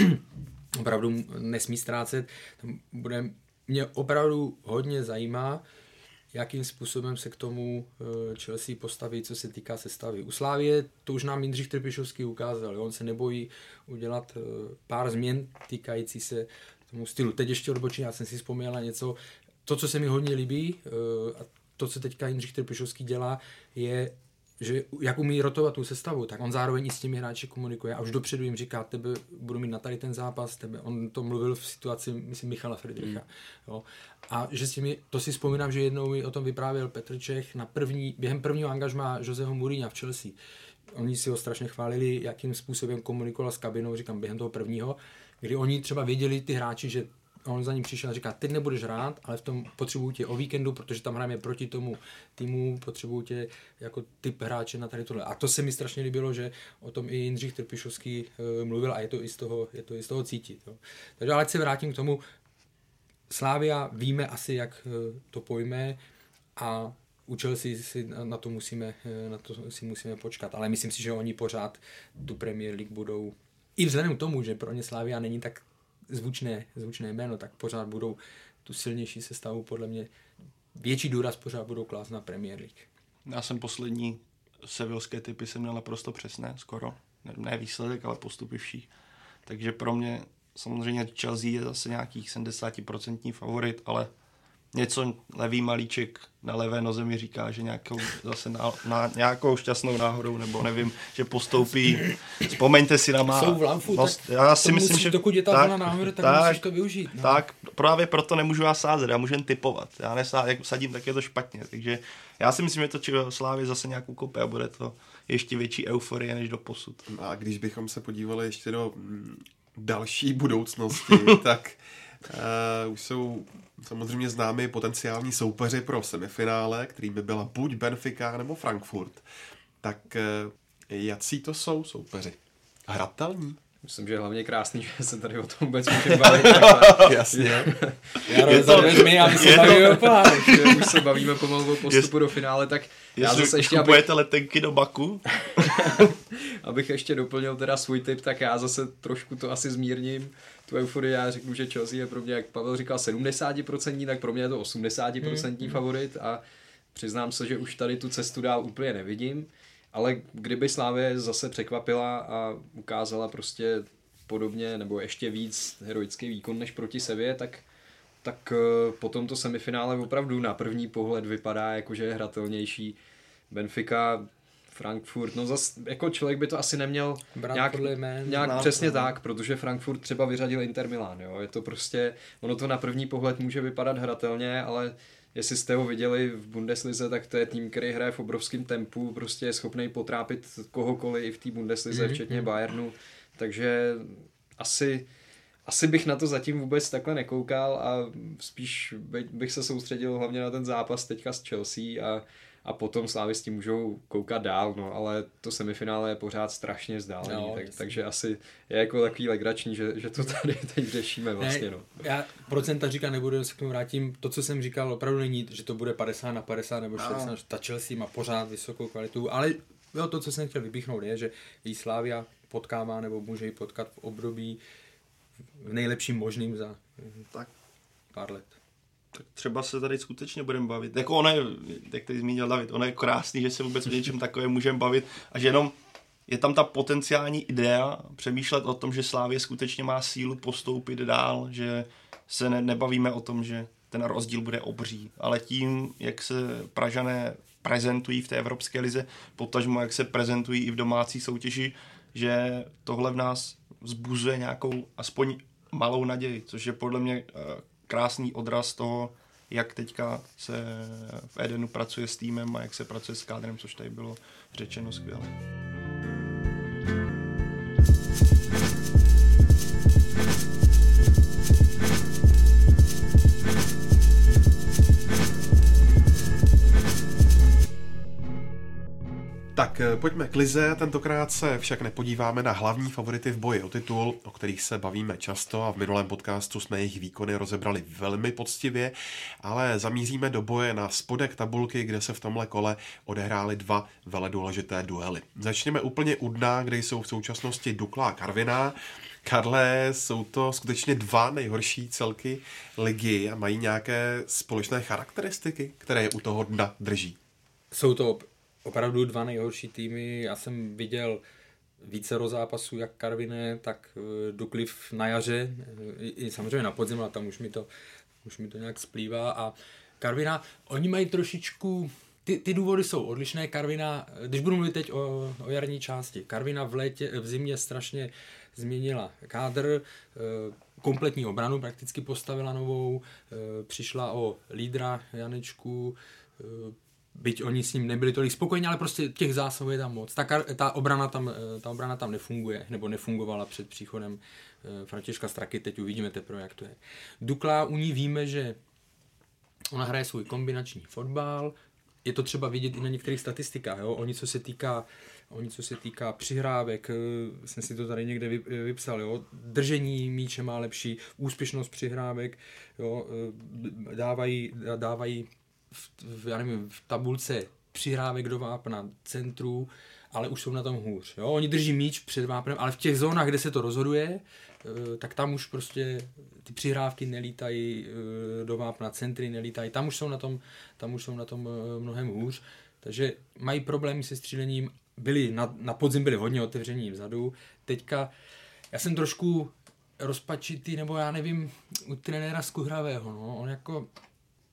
opravdu nesmí ztrácet. Tam bude, mě opravdu hodně zajímá, jakým způsobem se k tomu Chelsea postaví, co se týká sestavy. U Slávie to už nám Jindřich Trpišovský ukázal. Jo? On se nebojí udělat pár změn týkající se tomu stylu. Teď ještě odbočím, já jsem si vzpomněl na něco. To, co se mi hodně líbí, a to, co teďka Jindřich Trpišovský dělá, je, že jak umí rotovat tu sestavu, tak on zároveň i s těmi hráči komunikuje a už dopředu jim říká, tebe budu mít na tady ten zápas, tebe. On to mluvil v situaci, myslím, Michala Friedricha. Mm. Jo. A že s těmi, to si vzpomínám, že jednou mi o tom vyprávěl Petr Čech na první, během prvního angažmá Joseho Mourinha v Chelsea. Oni si ho strašně chválili, jakým způsobem komunikoval s kabinou, říkám, během toho prvního, kdy oni třeba věděli ty hráči, že on za ním přišel a říká, teď nebudeš hrát, ale v tom potřebuju tě o víkendu, protože tam hrajeme proti tomu týmu, potřebuju tě jako typ hráče na tady tohle. A to se mi strašně líbilo, že o tom i Jindřich Trpišovský uh, mluvil a je to i z toho, je to i z toho cítit. Jo. Takže ale se vrátím k tomu, Slavia víme asi, jak uh, to pojme a u Chelsea si na to musíme, na to si musíme počkat. Ale myslím si, že oni pořád tu Premier League budou, i vzhledem k tomu, že pro ně Slavia není tak zvučné, zvučné jméno, tak pořád budou tu silnější sestavu, podle mě větší důraz pořád budou klást na Premier League. Já jsem poslední sevilské typy jsem měl naprosto přesné, skoro. Ne, ne výsledek, ale postupy vší. Takže pro mě samozřejmě Chelsea je zase nějakých sedmdesát procent favorit, ale něco levý malíček na levé noze mi říká, že nějakou, zase na, na nějakou šťastnou náhodou, nebo nevím, že postoupí. Vzpomeňte si na má... Jsou v lamfu, vlast, tak já si to myslím, musí, že... dokud je ta vlna náhoda, tak, tak musíš to využít. No. Tak, právě proto nemůžu já sázet, já můžem typovat. Já nesá, jak sadím, tak je to špatně. Takže já si myslím, že to Slávě zase nějakou kope a bude to ještě větší euforie než do posud. A když bychom se podívali ještě do mm, další budoucnosti, tak uh, už jsou samozřejmě známí potenciální soupeři pro semifinále, kterými byla buď Benfica nebo Frankfurt. Tak uh, jací to jsou soupeři? Hratelní? Myslím, že je hlavně krásný, že se tady o tom vůbec můžeme bavit. Jasně. Já rozhodně a my se bavíme o poháru. Už se bavíme pomalu o postupu do finále, tak já Jestli zase ještě, kupujete abych... letenky do Baku. Abych ještě doplnil teda svůj tip, tak já zase trošku to asi zmírním. Tu euforii já řeknu, že Chelsea je pro mě, jak Pavel říkal, sedmdesát procent, tak pro mě je to osmdesát procent hmm. favorit a přiznám se, že už tady tu cestu dál úplně nevidím. Ale kdyby Slavia zase překvapila a ukázala prostě podobně nebo ještě víc heroický výkon než proti Sevě, tak, tak po tomto semifinále opravdu na první pohled vypadá jako, že je hratelnější. Benfica, Frankfurt, no zas jako člověk by to asi neměl Brát nějak, jmén, nějak no, přesně no. tak, protože Frankfurt třeba vyřadil Inter Milan, jo, je to prostě, ono to na první pohled může vypadat hratelně, ale jestli jste ho viděli v Bundeslize, tak to je tým, který hraje v obrovském tempu, prostě je schopný potrápit kohokoliv i v té Bundeslize, mm-hmm. včetně Bayernu, takže asi, asi bych na to zatím vůbec takhle nekoukal a spíš bych se soustředil hlavně na ten zápas teďka s Chelsea a, a potom slávisti můžou koukat dál, no, ale to semifinále je pořád strašně vzdálený, no, tak, takže asi je jako takový legrační, že, že to tady teď řešíme vlastně, no. Já procenta říkat nebudu, se k tomu vrátím, to, co jsem říkal, opravdu není, že to bude padesát na padesát nebo šedesát, no. Ta Chelsea má pořád vysokou kvalitu, ale jo, to, co jsem chtěl vypíchnout, je, že jí Slavia potkává nebo může ji potkat v období v nejlepším možným za tak pár let. Tak třeba se tady skutečně budeme bavit. Jako ono je, jak tady zmínil David, ono je krásný, že se vůbec o něčem takovém můžeme bavit a že jenom je tam ta potenciální idea přemýšlet o tom, že Slavia skutečně má sílu postoupit dál, že se ne, nebavíme o tom, že ten rozdíl bude obří, ale tím, jak se Pražané prezentují v té Evropské lize, potažmo jak se prezentují i v domácí soutěži, že tohle v nás vzbuzuje nějakou aspoň malou naději, což je podle mě krásný odraz toho, jak teďka se v Edenu pracuje s týmem a jak se pracuje s kádrem, což tady bylo řečeno skvěle. Tak pojďme k lize, tentokrát se však nepodíváme na hlavní favority v boji o titul, o kterých se bavíme často a v minulém podcastu jsme jejich výkony rozebrali velmi poctivě, ale zamíříme do boje na spodek tabulky, kde se v tomhle kole odehrály dva veledůležité duely. Začněme úplně u dna, kde jsou v současnosti Dukla a Karviná. Karle, jsou to skutečně dva nejhorší celky ligy a mají nějaké společné charakteristiky, které je u toho dna drží? Jsou to opravdu dva nejhorší týmy. Já jsem viděl více zápasů, jak Karviné, tak Dukly na jaře, i, i samozřejmě na podzim, ale tam už mi to, už mi to nějak splývá. A Karviná, oni mají trošičku, ty, ty důvody jsou odlišné. Karviná, když budu mluvit teď o, o jarní části, Karviná v létě, v zimě strašně změnila kádr, kompletní obranu prakticky postavila novou, přišla o lídra Janečku, byť oni s ním nebyli tolik spokojení, ale prostě těch zásahů je tam moc. Ta, ta, obrana, tam, ta obrana tam nefunguje, nebo nefungovala před příchodem Františka Straky, teď uvidíme teprve, jak to je. Dukla, u ní víme, že ona hraje svůj kombinační fotbal, je to třeba vidět i na některých statistikách, jo? Oni, co se týká, oni, co se týká přihrávek, jsem si to tady někde vypsal, jo? Držení míče má lepší, úspěšnost přihrávek, jo? dávají, dávají v, v, já nevím, v tabulce přihrávek do vápna, centrů, ale už jsou na tom hůř. Jo? Oni drží míč před vápnem, ale v těch zónách, kde se to rozhoduje, tak tam už prostě ty přihrávky nelítají do vápna, centry nelítají, tam už jsou na tom, tam už jsou na tom mnohem hůř. Takže mají problémy se střílením, byli na, na podzim byli hodně otevření vzadu. Teďka já jsem trošku rozpačitý, nebo já nevím, u trenéra Skuhravého, no, on jako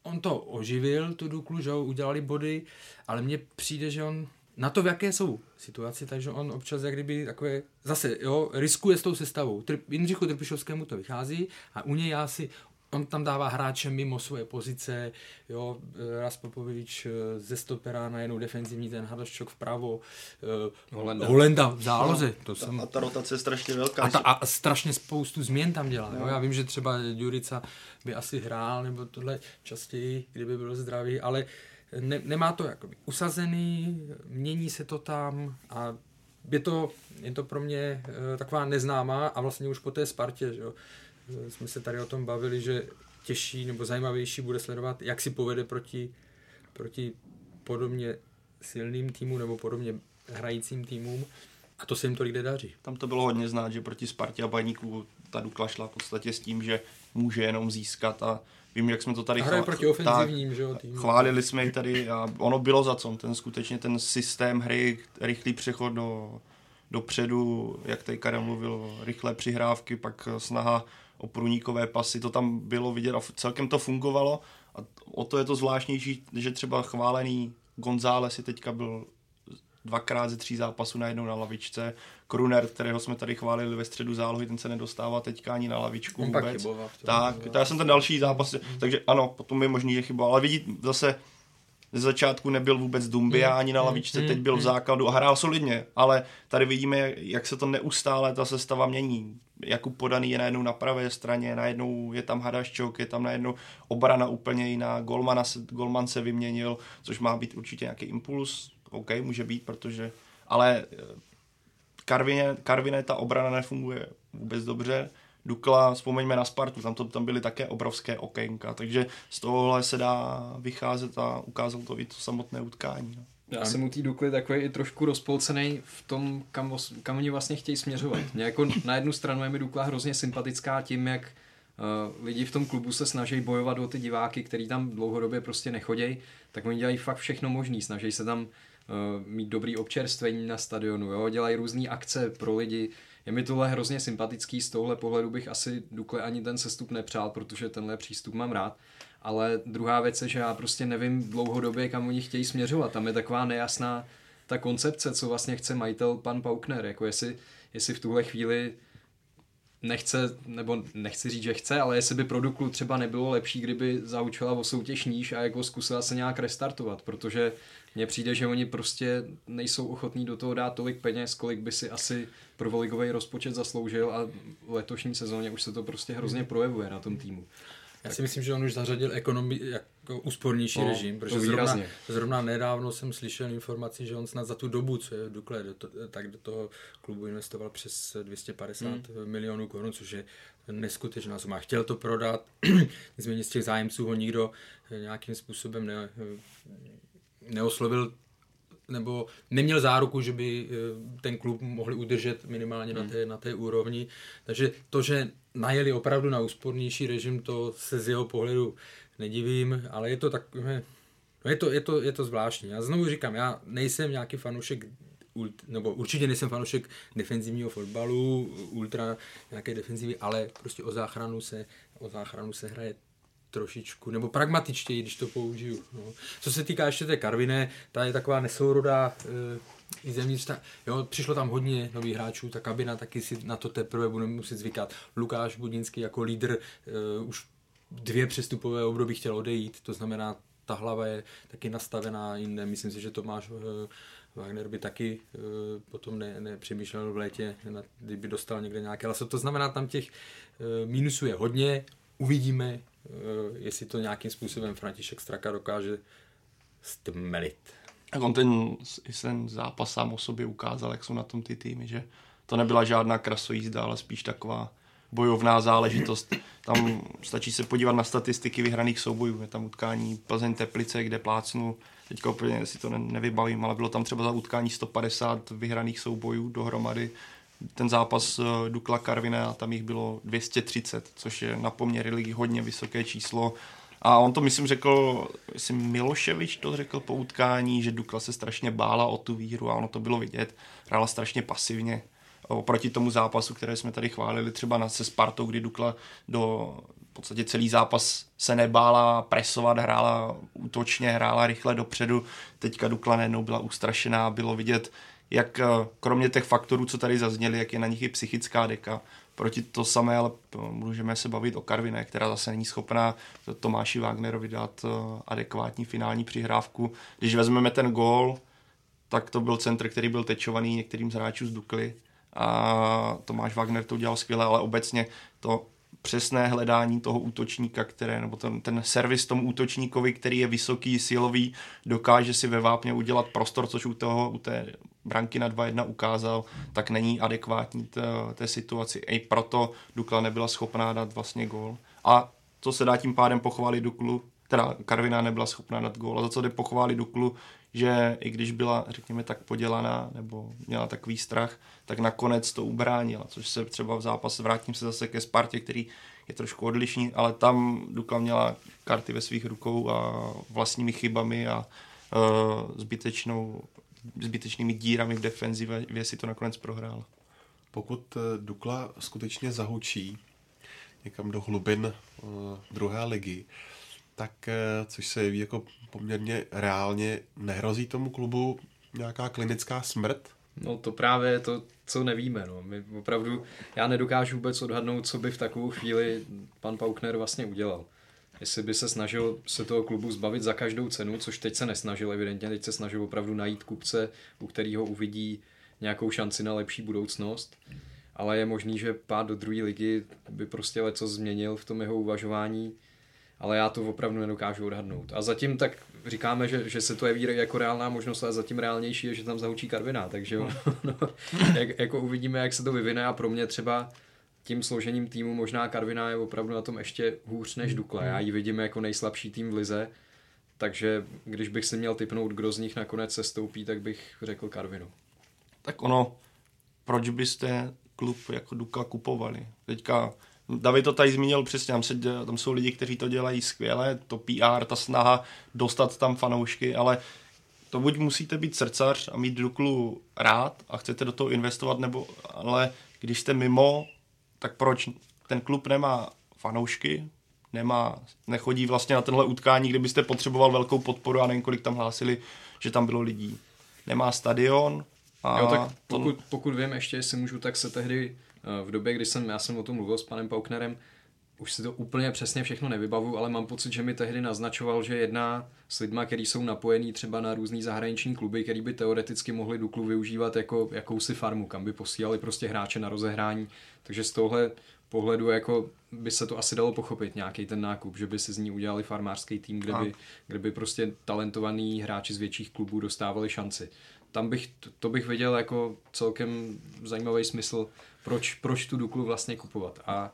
on to oživil, tu Duklu, že jo, udělali body, ale mně přijde, že on na to, v jaké jsou situaci, takže on občas jak kdyby takové, zase, jo, riskuje s tou sestavou. Trp, Jindřichu Trpišovskému to vychází a u něj já si, on tam dává hráče mimo svoje pozice, jo, Ras Popovič ze stopera na jednou defenzivní, ten Hadaščok vpravo, Holenda, Holenda v záloze. No, to ta, jsem... A ta rotace je strašně velká. A, ta, a strašně spoustu změn tam dělá. No. Jo. Já vím, že třeba Ďurica by asi hrál, nebo tohle častěji, kdyby byl zdravý, ale ne, nemá to jakoby usazený, mění se to tam a je to, je to pro mě e, taková neznámá a vlastně už po té Spartě, že jo, jsme se tady o tom bavili, že těžší nebo zajímavější bude sledovat, jak si povede proti, proti podobně silným týmům nebo podobně hrajícím týmům a to se jim tolik nedaří. Tam to bylo hodně znát, že proti Spartě a Baníku ta Dukla šla v podstatě s tím, že může jenom získat a vím, jak jsme to tady chválili. Proti ofenzivním, že jo, týmu. Chválili jsme ji tady a ono bylo za co. Ten skutečně ten systém hry, rychlý přechod do, dopředu, jak tady Karel mluvil, rychlé přihrávky, pak snaha o průnikové pasy, to tam bylo vidět a celkem to fungovalo a o to je to zvláštnější, že třeba chválený González si teďka byl dvakrát ze tří zápasů najednou na lavičce. Kruner, kterého jsme tady chválili ve středu zálohy, ten se nedostává teďka ani na lavičku on vůbec. Chybovat, tak, to já jsem ten další zápas, mm. takže ano, potom je možný, že chyba, ale vidíte, zase ze začátku nebyl vůbec Dumbia mm. ani na lavičce, mm. teď byl v základu a hrál solidně, ale tady vidíme, jak se to neustále ta sestava mění. Jakub Podaný je najednou na pravé straně, najednou je tam Hadaščok, je tam najednou obrana úplně jiná, Golmana, Golman se vyměnil, což má být určitě nějaký impuls, OK, může být, protože, ale Karviné, Karviné ta obrana nefunguje vůbec dobře, Dukla, vzpomeňme na Spartu, tam, to, tam byly také obrovské okénka, takže z tohohle se dá vycházet a ukázal to i to samotné utkání. No. Já jsem u té Dukly takový i trošku rozpolcený v tom, kam, kam oni vlastně chtějí směřovat. Mě jako na jednu stranu je mi Dukla hrozně sympatická tím, jak uh, lidi v tom klubu se snaží bojovat o ty diváky, který tam dlouhodobě prostě nechodějí, tak oni dělají fakt všechno možný, snaží se tam uh, mít dobrý občerstvení na stadionu, jo? Dělají různé akce pro lidi. Je mi tohle hrozně sympatický, z tohle pohledu bych asi Dukle ani ten sestup nepřál, protože tenhle přístup mám rád. Ale druhá věc je, že já prostě nevím dlouhodobě, kam oni chtějí směřovat. Tam je taková nejasná ta koncepce, co vlastně chce majitel pan Paukner. Jako jestli, jestli v tuhle chvíli nechce, nebo nechci říct, že chce, ale jestli by pro Duklu třeba nebylo lepší, kdyby zaučila o soutěž níž a jako zkusila se nějak restartovat, protože mně přijde, že oni prostě nejsou ochotní do toho dát tolik peněz, kolik by si asi prvoligový rozpočet zasloužil a v letošní sezóně už se to prostě hrozně projevuje na tom týmu. Já si myslím, že on už zařadil ekonomii jako úspornější no, režim, protože zrovna, zrovna nedávno jsem slyšel informaci, že on snad za tu dobu, co je v Dukle, do to, tak do toho klubu investoval přes dvě stě padesát hmm. milionů korun, což je neskutečná suma. Chtěl to prodat, nicméně z těch zájemců ho nikdo nějakým způsobem ne, neoslovil, nebo neměl záruku, že by ten klub mohli udržet minimálně hmm. na, té, na té úrovni. Takže to, že najeli opravdu na úspornější režim, to se z jeho pohledu nedivím, ale je to tak, no je to, je to, je to zvláštní. Já znovu říkám, já nejsem nějaký fanoušek, nebo určitě nejsem fanoušek defenzivního fotbalu, ultra nějaké defenzivy, ale prostě o záchranu se, o záchranu se hraje trošičku, nebo pragmatičtěji, když to použiju. No. Co se týká ještě té Karviné, ta je taková nesourodá e, i zevnitř, ta, jo, přišlo tam hodně nových hráčů, ta kabina taky si na to teprve bude muset zvykat. Lukáš Budinský jako lídr e, už dvě přestupové období chtěl odejít, to znamená, ta hlava je taky nastavená jinde. Myslím si, že Tomáš e, Wagner by taky e, potom ne, nepřemýšlel v létě, kdyby dostal někde nějaké laso. To znamená, tam těch e, mínusů je hodně, uvidíme, jestli to nějakým způsobem František Straka dokáže stmelit. A on ten, ten zápas sám o sobě ukázal, jak jsou na tom ty týmy, že to nebyla žádná krasojízda, ale spíš taková bojovná záležitost. Tam stačí se podívat na statistiky vyhraných soubojů. Je tam utkání Plzeň Teplice, kde plácnu, teďka úplně si to nevybavím, ale bylo tam třeba za utkání sto padesát vyhraných soubojů dohromady. Ten zápas Dukla Karviné a tam jich bylo dvě stě třicet, což je na poměry ligy hodně vysoké číslo. A on to, myslím, řekl, jestli Miloševič to řekl po utkání, že Dukla se strašně bála o tu výhru a ono to bylo vidět. Hrála strašně pasivně. Oproti tomu zápasu, které jsme tady chválili třeba na se Spartou, kdy Dukla do podstatě celý zápas se nebála presovat, hrála útočně, hrála rychle dopředu. Teďka Dukla najednou byla ustrašená, bylo vidět, jak kromě těch faktorů, co tady zazněly, jak je na nich i psychická deka. Proti to samé, ale můžeme se bavit o Karviné, která zase není schopná Tomáši Wagnerovi dát adekvátní finální přihrávku. Když vezmeme ten gól, tak to byl centr, který byl tečovaný některým z hráčů z Dukly a Tomáš Wagner to udělal skvěle, ale obecně to přesné hledání toho útočníka, které, nebo ten, ten servis tomu útočníkovi, který je vysoký, silový, dokáže si ve vápně udělat prostor, což u, toho, u té branky na dva jedna ukázal, tak není adekvátní té, té situaci. I proto Dukla nebyla schopná dát vlastně gól. A co se dá tím pádem pochválit Duklu, teda Karviná nebyla schopná dát gól. A za co jde pochválit Duklu, že i když byla, řekněme, tak podělaná, nebo měla takový strach, tak nakonec to ubránila, což se třeba v zápase, vrátím se zase ke Spartě, který je trošku odlišný, ale tam Dukla měla karty ve svých rukou a vlastními chybami a uh, zbytečnou, zbytečnými dírami v defenzivě si to nakonec prohrál. Pokud Dukla skutečně zahučí někam do hlubin uh, druhé ligy, tak, což se jeví jako poměrně reálně, nehrozí tomu klubu nějaká klinická smrt? No to právě je to, co nevíme. No. My opravdu, já nedokážu vůbec odhadnout, co by v takovou chvíli pan Paukner vlastně udělal. Jestli by se snažil se toho klubu zbavit za každou cenu, což teď se nesnažil evidentně, teď se snažil opravdu najít kupce, u kterého uvidí nějakou šanci na lepší budoucnost. Ale je možný, že pád do druhé ligy by prostě leco změnil v tom jeho uvažování, ale já to opravdu nedokážu odhadnout. A zatím tak říkáme, že, že se to jeví jako reálná možnost, ale zatím reálnější je, že tam zahučí Karviná, takže no, jak, jako uvidíme, jak se to vyvine a pro mě třeba tím složením týmu možná Karviná je opravdu na tom ještě hůř než Dukla. Já ji vidím jako nejslabší tým v lize, takže když bych si měl tipnout, kdo z nich nakonec sestoupí, tak bych řekl Karvinu. Tak ono, proč byste klub jako Dukla kupovali? Teďka David to tady zmínil přesně, tam, se, tam jsou lidi, kteří to dělají skvěle, to P R, ta snaha dostat tam fanoušky, ale to buď musíte být srdcař a mít Duklu rád a chcete do toho investovat, nebo, ale když jste mimo, tak proč? Ten klub nemá fanoušky, nemá, nechodí vlastně na tenhle utkání, kde byste potřeboval velkou podporu a nevím, kolik tam hlásili, že tam bylo lidí. Nemá stadion. A jo, tak to... pokud, pokud vím, ještě jestli můžu, tak se tehdy v době, kdy jsem, já jsem o tom mluvil s panem Pauknerem, už si to úplně přesně všechno nevybavu, ale mám pocit, že mi tehdy naznačoval, že jedná s lidma, kteří jsou napojení třeba na různý zahraniční kluby, který by teoreticky mohli Duklu využívat jako jakousi farmu, kam by posílali prostě hráče na rozehrání. Takže z tohle pohledu jako by se to asi dalo pochopit, nějaký ten nákup, že by si z ní udělali farmářský tým, kde by, kde by prostě talentovaní hráči z větších klubů dostávali šanci. Tam bych, to bych viděl jako celkem zajímavý smysl, proč, proč tu Duklu vlastně kupovat. A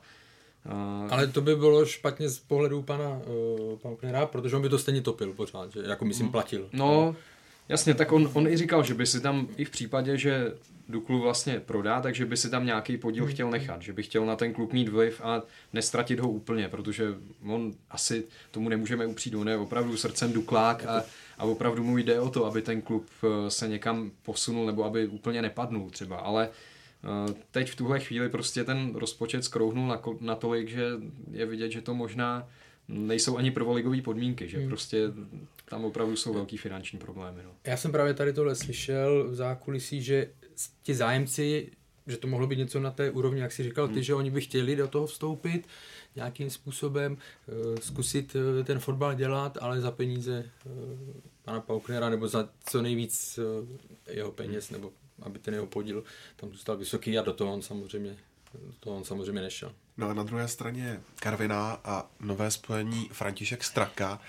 Uh, ale to by bylo špatně z pohledu pana uh, Pauknera, protože on by to stejně topil pořád, že jako myslím platil. No, jasně, tak on, on i říkal, že by si tam i v případě, že Duklu vlastně prodá, takže by si tam nějaký podíl chtěl nechat, že by chtěl na ten klub mít vliv a nestratit ho úplně, protože on asi tomu nemůžeme upřít, on je opravdu srdcem Duklák a, a opravdu mu jde o to, aby ten klub se někam posunul nebo aby úplně nepadnul třeba, ale teď v tuhle chvíli prostě ten rozpočet skrouhnul natolik, že je vidět, že to možná nejsou ani prvoligové podmínky, že hmm. prostě tam opravdu jsou velký finanční problémy. No. Já jsem právě tady tohle slyšel v zákulisí, že ti zájemci, že to mohlo být něco na té úrovni, jak jsi říkal ty, hmm. že oni by chtěli do toho vstoupit nějakým způsobem, uh, zkusit uh, ten fotbal dělat, ale za peníze uh, pana Pauknera nebo za co nejvíc uh, jeho peněz, hmm. nebo aby ten jeho podíl tam zůstal vysoký a do toho on samozřejmě, do toho on samozřejmě nešel. No a na druhé straně Karviná a nové spojení František Straka.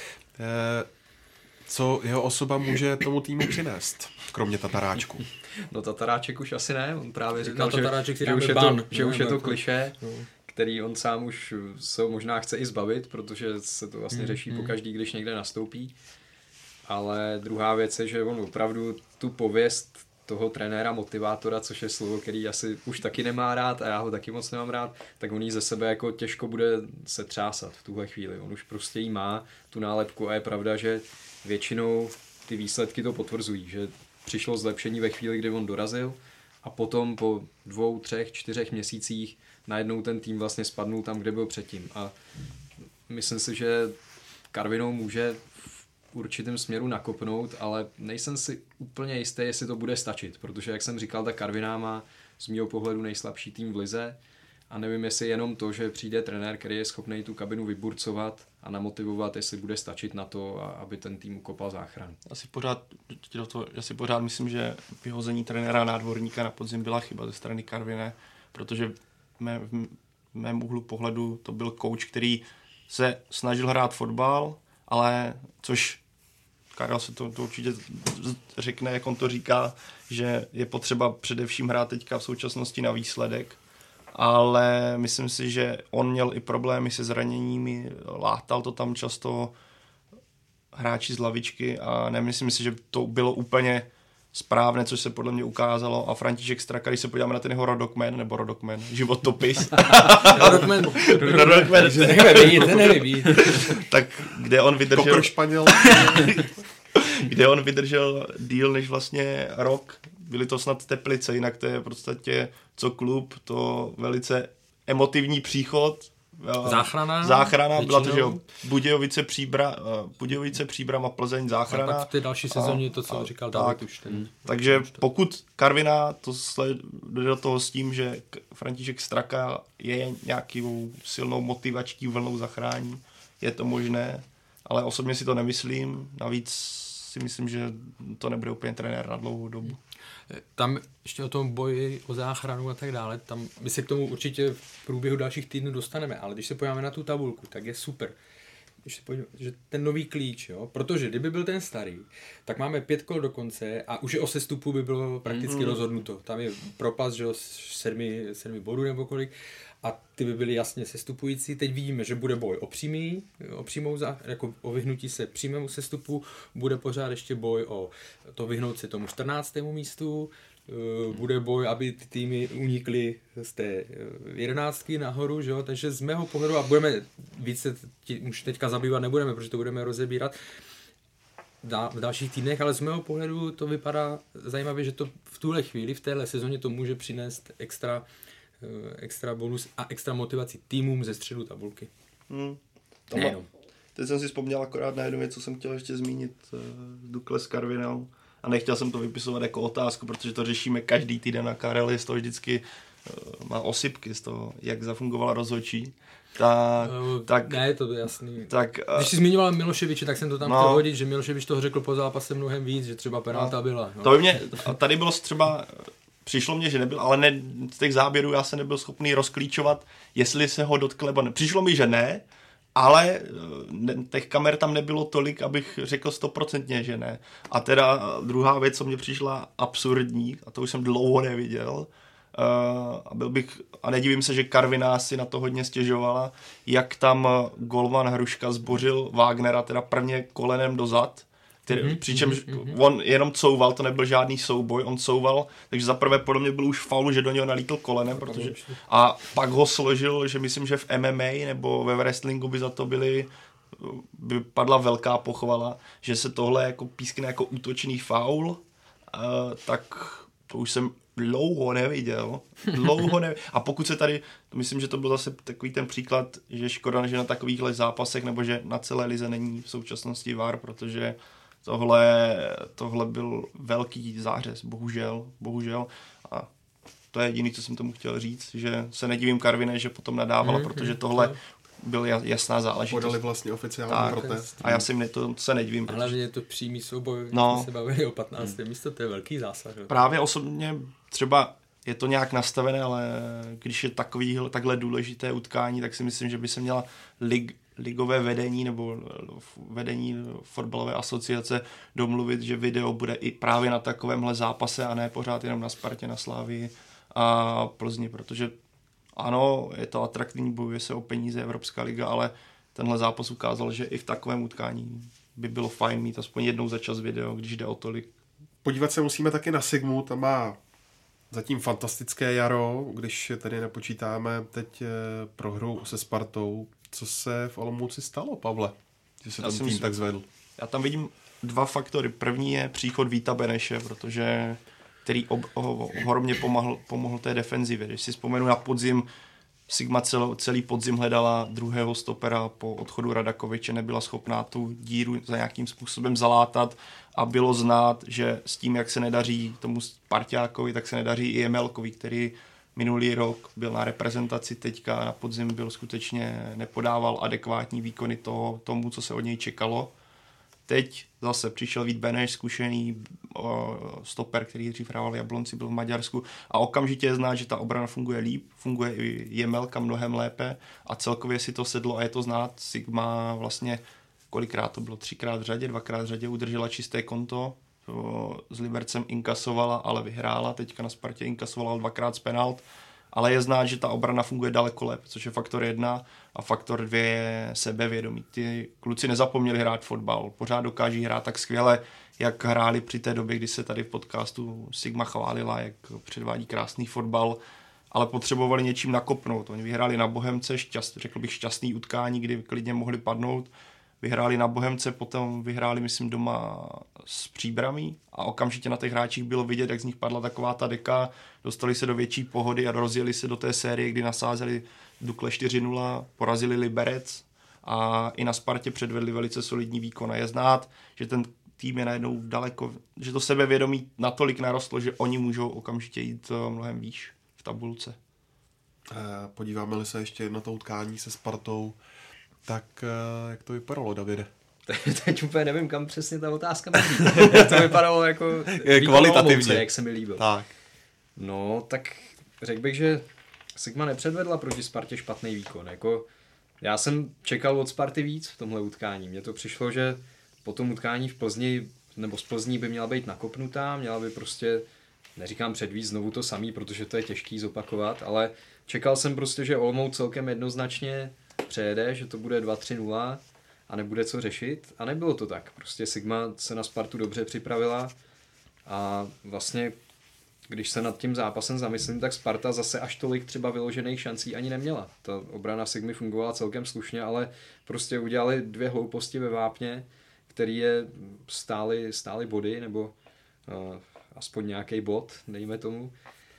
Eh, co jeho osoba může tomu týmu přinést, kromě Tataráčku? No Tataráček už asi ne, on právě říkal, že, že už je ban. to, že no, už je to no, klišé, no. který on sám už se možná chce i zbavit, protože se to vlastně řeší mm, pokaždý, když někde nastoupí. Ale druhá věc je, že on opravdu tu pověst toho trenéra, motivátora, což je slovo, který asi už taky nemá rád a já ho taky moc nemám rád, tak on jí ze sebe jako těžko bude se třásat v tuhle chvíli. On už prostě jí má tu nálepku a je pravda, že většinou ty výsledky to potvrzují, že přišlo zlepšení ve chvíli, kdy on dorazil a potom po dvou, třech, čtyřech měsících najednou ten tým vlastně spadnul tam, kde byl předtím. A myslím si, že Karvinou může v určitém směru nakopnout, ale nejsem si úplně jistý, jestli to bude stačit, protože jak jsem říkal, ta Karviná má z mého pohledu nejslabší tým v lize a nevím, jestli jenom to, že přijde trenér, který je schopný tu kabinu vyburcovat a namotivovat, jestli bude stačit na to, aby ten tým ukopal záchranu. Asi pořád, do toho, já si pořád myslím, že vyhození trenéra Nádvorníka na podzim byla chyba ze strany Karviné, protože v mé, v mém úhlu pohledu to byl coach, který se snažil hrát fotbal, ale což Karel se to, to určitě řekne, jak on to říká, že je potřeba především hrát teďka v současnosti na výsledek, ale myslím si, že on měl i problémy se zraněními, látal to tam často hráči z lavičky a nemyslím si, že to bylo úplně správné, což se podle mě ukázalo a František Straka, když se podíváme na ten jeho rodokmen, nebo rodokmen, životopis. Rodokmen, rodokmen, ten nevybít, ten nevybít. Tak kde on vydržel... Kokor Španěl. kde on vydržel díl než vlastně rok. Byly to snad Teplice, jinak to je v podstatě co klub, to velice emotivní příchod. Záchrana. Záchrana, byla to, že jo, Budějovice, Příbra, Budějovice, Příbram a Plzeň, záchrana. A pak v té další sezóně to, co a, říkal David už. Ten, takže pokud Karviná to jde do toho s tím, že František Straka je nějakou silnou motivační vlnou zachrání, je to možné, ale osobně si to nemyslím, navíc si myslím, že to nebude úplně trenér na dlouhou dobu. Tam ještě o tom boji, o záchranu a tak dále, tam my se k tomu určitě v průběhu dalších týdnů dostaneme, ale když se podíváme na tu tabulku, tak je super, když se podíváme, že ten nový klíč, jo, protože kdyby byl ten starý, tak máme pět kol do konce a už je o sestupu by bylo prakticky mm-hmm. rozhodnuto. Tam je propast, že jo, sedmi, sedmi bodů nebo kolik, a ty by byly jasně sestupující. Teď vidíme, že bude boj o přímý, o přímou, jako o vyhnutí se přímému sestupu, bude pořád ještě boj o to vyhnout se tomu čtrnáctému místu, bude boj, aby ty týmy unikly z té jedenáctky nahoru, že jo? Takže z mého pohledu, a budeme více už teďka zabývat nebudeme, protože to budeme rozebírat v dalších týdnech, ale z mého pohledu to vypadá zajímavě, že to v tuhle chvíli, v téhle sezóně to může přinést extra extra bonus a extra motivaci týmům ze středu tabulky. Hmm. Nejenom. Teď jsem si vzpomněl akorát na jednu věc, co jsem chtěl ještě zmínit uh, Dukle s Karvinou a nechtěl jsem to vypisovat jako otázku, protože to řešíme každý týden a Karel je z toho vždycky uh, má osypky z toho, jak zafungovala rozhodčí. Tak, uh, tak, ne, to je jasný. Tak, uh, Když jsi zmiňoval Miloševiče, tak jsem to tam no, chtěl hodit, že Miloševič toho řekl po zápase mnohem víc, že třeba penalta no, byla. No. To by mě, tady bylo třeba přišlo mně, že nebyl, ale ne, z těch záběrů já se nebyl schopný rozklíčovat, jestli se ho dotkl, nebo ne. Přišlo mi, že ne, ale ne, těch kamer tam nebylo tolik, abych řekl stoprocentně, že ne. A teda druhá věc, co mě přišla absurdní, a to už jsem dlouho neviděl, uh, a byl bych, a nedivím se, že Karviná si na to hodně stěžovala, jak tam golman Hruška zbořil Wagnera, teda prvně kolenem do zad, který, mm-hmm, přičemž mm-hmm. on jenom couval, to nebyl žádný souboj, on couval, takže zaprvé podle mě byl už faul, že do něho nalítl kolenem, protože, a pak ho složil, že myslím, že v M M A nebo ve wrestlingu by za to byly, by padla velká pochvala, že se tohle jako pískne jako útočný faul, uh, tak to už jsem dlouho neviděl, dlouho neviděl. A pokud se tady, myslím, že to byl zase takový ten příklad, že škoda, že na takovýchhle zápasech, nebo že na celé lize není v současnosti V A R, protože Tohle, tohle byl velký zářez, bohužel, bohužel. A to je jediné, co jsem tomu chtěl říct, že se nedivím Karviné, že potom nadávala, mm, protože tohle byl jasná záležitost. Podali vlastně oficiální tak, protest. A já si ne, to se nedivím. Ale protože... je to přímý souboj, no, se bavili o patnácté mm. místo, to je velký zásah. Právě osobně třeba je to nějak nastavené, ale když je takový, takhle důležité utkání, tak si myslím, že by se měla lig, ligové vedení nebo vedení fotbalové asociace domluvit, že video bude i právě na takovémhle zápase a ne pořád jenom na Spartě, na Slávii a Plzni, protože ano, je to atraktivní, bojuje se o peníze Evropská liga, ale tenhle zápas ukázal, že i v takovém utkání by bylo fajn mít aspoň jednou za čas video, když jde o tolik. Podívat se musíme taky na Sigmu, tam má zatím fantastické jaro, když tedy nepočítáme teď prohru se Spartou. Co se v Olomouci stalo, Pavle? Že se ten tým myslím, tak zvedl? Já tam vidím dva faktory. První je příchod Víta Beneše, protože který ob, ohromně pomohl, pomohl té defenzivě. Když si vzpomenu na podzim, Sigma cel, celý podzim hledala druhého stopera po odchodu Radakoviče, nebyla schopná tu díru za nějakým způsobem zalátat a bylo znát, že s tím, jak se nedaří tomu Sparťákovi, tak se nedaří i Emelkovi, který minulý rok byl na reprezentaci, teďka na podzim byl skutečně, nepodával adekvátní výkony toho, tomu, co se od něj čekalo. Teď zase přišel Vít Beneš, zkušený o, stoper, který dřív hrával v Jablonci, byl v Maďarsku a okamžitě je znát, že ta obrana funguje líp, funguje i Jemelka mnohem lépe a celkově si to sedlo a je to znát. Sigma vlastně, kolikrát to bylo, třikrát v řadě, dvakrát v řadě udržela čisté konto, o, s Libercem inkasovala, ale vyhrála, teďka na Spartě inkasovala dvakrát z penalt, ale je znát, že ta obrana funguje daleko lépe, což je faktor jedna a faktor dvě je sebevědomí. Ty kluci nezapomněli hrát fotbal, pořád dokáží hrát tak skvěle, jak hráli při té době, kdy se tady v podcastu Sigma chválila, jak předvádí krásný fotbal, ale potřebovali něčím nakopnout. Oni vyhráli na Bohemce, šťast, řekl bych šťastný utkání, kdy klidně mohli padnout. Vyhráli na Bohemce, potom vyhráli, myslím, doma s Příbramí a okamžitě na těch hráčích bylo vidět, jak z nich padla taková ta deka, dostali se do větší pohody a rozjeli se do té série, kdy nasázeli Dukle čtyři nula, porazili Liberec a i na Spartě předvedli velice solidní výkon. A je znát, že ten tým je najednou daleko, že to sebevědomí natolik narostlo, že oni můžou okamžitě jít mnohem výš v tabulce. Podíváme-li se ještě na to utkání se Spartou, tak jak to vypadalo, Davide? Teď úplně nevím, kam přesně ta otázka myslí. To vypadalo jako kvalitativně, jak se mi líbil. Tak. No, tak řekl bych, že Sigma nepředvedla proti Spartě špatný výkon. Jako, já jsem čekal od Sparty víc v tomhle utkání. Mně to přišlo, že po tom utkání v Plzni, nebo z Plzní by měla být nakopnutá, měla by prostě, neříkám předvíc znovu to samý, protože to je těžký zopakovat, ale čekal jsem prostě, že Olomouc celkem jednoznačně přejede, že to bude dva tři nula a nebude co řešit a nebylo to tak. Prostě Sigma se na Spartu dobře připravila a vlastně když se nad tím zápasem zamyslím, tak Sparta zase až tolik třeba vyložených šancí ani neměla. Ta obrana Sigmy fungovala celkem slušně, ale prostě udělali dvě hlouposti ve vápně, který je stály, stály body, nebo uh, aspoň nějaký bod, dejme tomu.